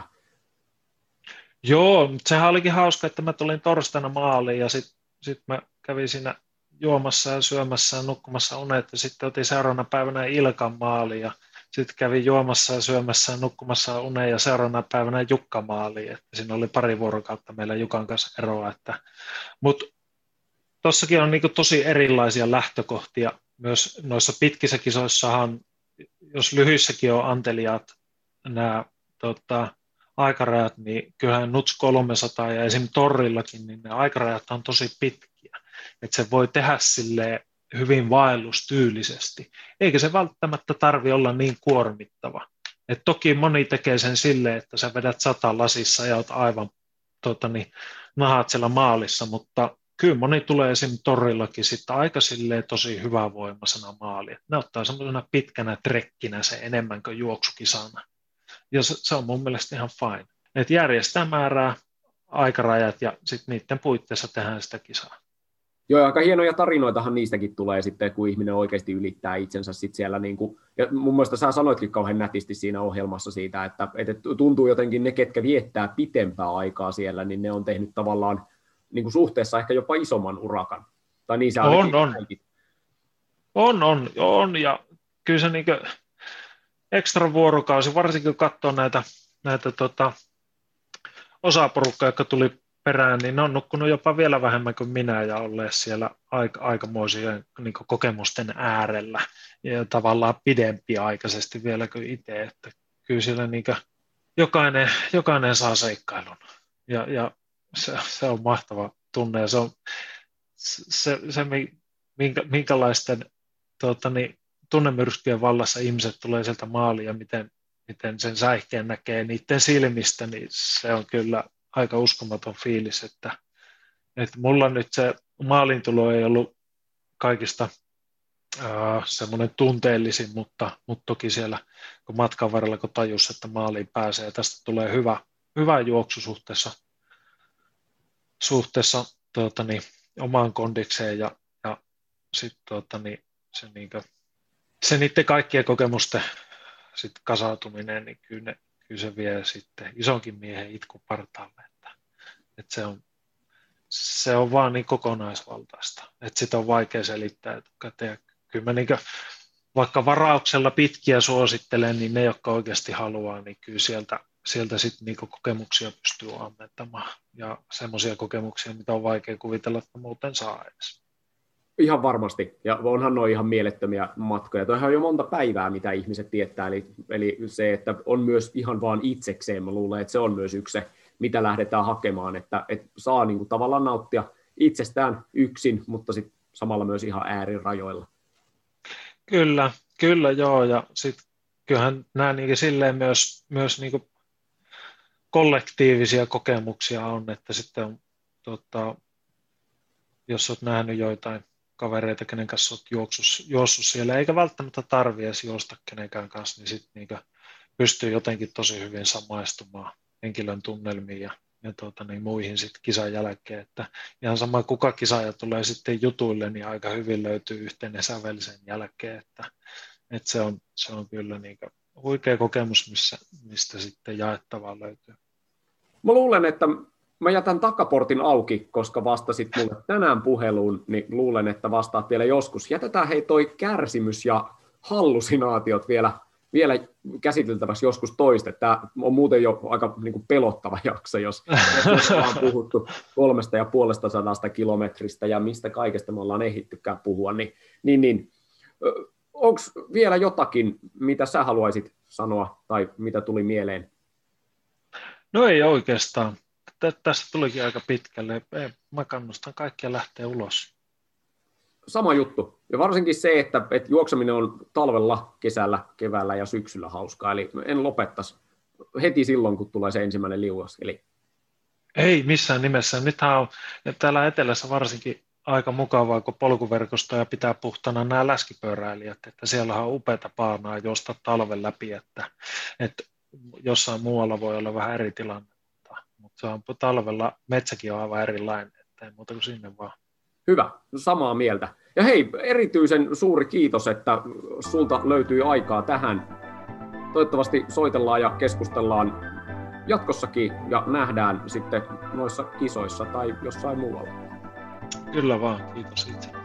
Joo, mutta sehän olikin hauska, että mä tulin torstaina maaliin, ja sitten sit mä kävin siinä juomassa ja syömässä ja nukkumassa unet, ja sitten otin seuraavana päivänä Ilkan maaliin, ja sitten kävin juomassa ja syömässä ja nukkumassa uneen ja seuraavana päivänä Jukka maaliin, että siinä oli pari vuorokautta meillä Jukan kanssa eroa. Että, mutta tossakin on niinku tosi erilaisia lähtökohtia myös noissa pitkissä kisoissahan, jos lyhyissäkin on anteliaat nämä tota, aikarajat, niin kyllähän Nuts kolmesataa ja esimerkiksi torrillakin, niin ne aikarajat on tosi pitkiä, että se voi tehdä silleen hyvin vaellustyylisesti, eikä se välttämättä tarvitse olla niin kuormittava. Et toki moni tekee sen silleen, että sä vedät sata lasissa ja oot aivan tota, niin, nahat siellä maalissa, mutta kyllä moni tulee esimerkiksi torrillakin sitten aika silleen tosi hyvävoimaisena maaliin. Ne ottaa semmoisena pitkänä trekkinä se enemmän kuin juoksukisana. Ja se, se on mun mielestä ihan fine. Et järjestää määrää, aikarajat ja sitten niiden puitteissa tehdään sitä kisaa. Joo, aika hienoja tarinoitahan niistäkin tulee sitten, kun ihminen oikeasti ylittää itsensä sit siellä. Niin kuin, ja mun mielestä sä sanoitkin kauhean nätisti siinä ohjelmassa siitä, että, että tuntuu jotenkin ne, ketkä viettää pitempää aikaa siellä, niin ne on tehnyt tavallaan niin kuin suhteessa ehkä jopa isomman urakan. Tai niin se on, on. on, on, on, ja kyllä se niin ekstra vuorokausi, varsinkin kun katsoo näitä, näitä tota, osaporukkaa, jotka tuli perään, niin ne on nukkunut jopa vielä vähemmän kuin minä ja olleet siellä aika, aikamoisia niin kuin kokemusten äärellä ja tavallaan pidempiaikaisesti vielä kuin itse, että kyllä siellä niin kuin jokainen, jokainen saa seikkailun ja, ja se, se on mahtava tunne ja se on, se, se minkä, minkälaisten tuota, niin, tunnemyrskyjen vallassa ihmiset tulee sieltä maaliin ja miten, miten sen säihkeen näkee niiden silmistä, niin se on kyllä aika uskomaton fiilis, että, että mulla nyt se maalintulo ei ollut kaikista äh, semmoinen tunteellisin, mutta, mutta toki siellä kun matkan varrella kun tajus, että maaliin pääsee ja tästä tulee hyvä, hyvä juoksu suhteessa, suhteessa tuota, niin, omaan kondikseen ja, ja sitten tuota, niin, se, niin kuin, se niiden kaikkien kokemusten sit kasautuminen, niin kyllä, ne, kyllä se vie sitten isonkin miehen itku partaalle, että, että se on se on vaan niin kokonaisvaltaista, että sitä on vaikea selittää etukäteen. Kyllä mä niin kuin, vaikka varauksella pitkiä suosittelen, niin ne, jotka oikeasti haluaa, niin kyllä sieltä, sieltä sitten niin kokemuksia pystyy ammentamaan. Ja semmoisia kokemuksia, mitä on vaikea kuvitella, että muuten saa edes. Ihan varmasti, ja onhan nuo ihan mielettömiä matkoja. Toihan on jo monta päivää, mitä ihmiset tietää, eli, eli se, että on myös ihan vaan itsekseen, mä luulen, että se on myös yksi se, mitä lähdetään hakemaan, että, että saa niin kuin tavallaan nauttia itsestään yksin, mutta sit samalla myös ihan äärirajoilla. Kyllä, kyllä joo, ja sitten kyllähän nämä niin silleen myös, myös niin kollektiivisia kokemuksia on, että sitten on, tota, jos olet nähnyt joitain kavereita, kenen kanssa olet juoksut, juossut siellä, eikä välttämättä tarvitse edes juosta kenenkään kanssa, niin sitten niin pystyy jotenkin tosi hyvin samaistumaan henkilön tunnelmiin ja, ja tuota, niin muihin sitten kisan jälkeen, että ihan sama kuka kisaaja tulee sitten jutuille, niin aika hyvin löytyy yhteinen sävel sen jälkeen, että, että se, on, se on kyllä niin huikea kokemus, missä, mistä sitten jaettavaa löytyy. Mä luulen, että mä jätän takaportin auki, koska vastasit mulle tänään puheluun, niin luulen, että vastaat vielä joskus. Jätetään hei toi kärsimys ja hallusinaatiot vielä vielä käsiteltäväksi joskus toista. Tämä on muuten jo aika niin kuin pelottava jakso, jos, jos on puhuttu kolmesta ja puolesta sadasta kilometristä ja mistä kaikesta me ollaan ehittykään puhua. Niin, niin, niin. Onko vielä jotakin, mitä sä haluaisit sanoa tai mitä tuli mieleen? No ei oikeastaan. Tästä tulikin aika pitkälle. Mä kannustan kaikkia lähteä ulos. Sama juttu. Ja varsinkin se, että, että juokseminen on talvella, kesällä, keväällä ja syksyllä hauskaa. Eli en lopettaisi heti silloin, kun tulee se ensimmäinen liuaskeli. Ei missään nimessä. Nythän on täällä etelässä varsinkin aika mukavaa, kun polkuverkostoja pitää puhtana nämä läskipyöräilijät. Että siellä on upeata paanaa juosta talven läpi, että, että jossain muualla voi olla vähän eri tilanne. Mutta se on talvella, metsäkin on aivan erilainen, että ei muuta kuin sinne vaan. Hyvä, samaa mieltä. Ja hei, erityisen suuri kiitos, että sulta löytyi aikaa tähän. Toivottavasti soitellaan ja keskustellaan jatkossakin ja nähdään sitten noissa kisoissa tai jossain muualla. Kyllä vaan, kiitos itse.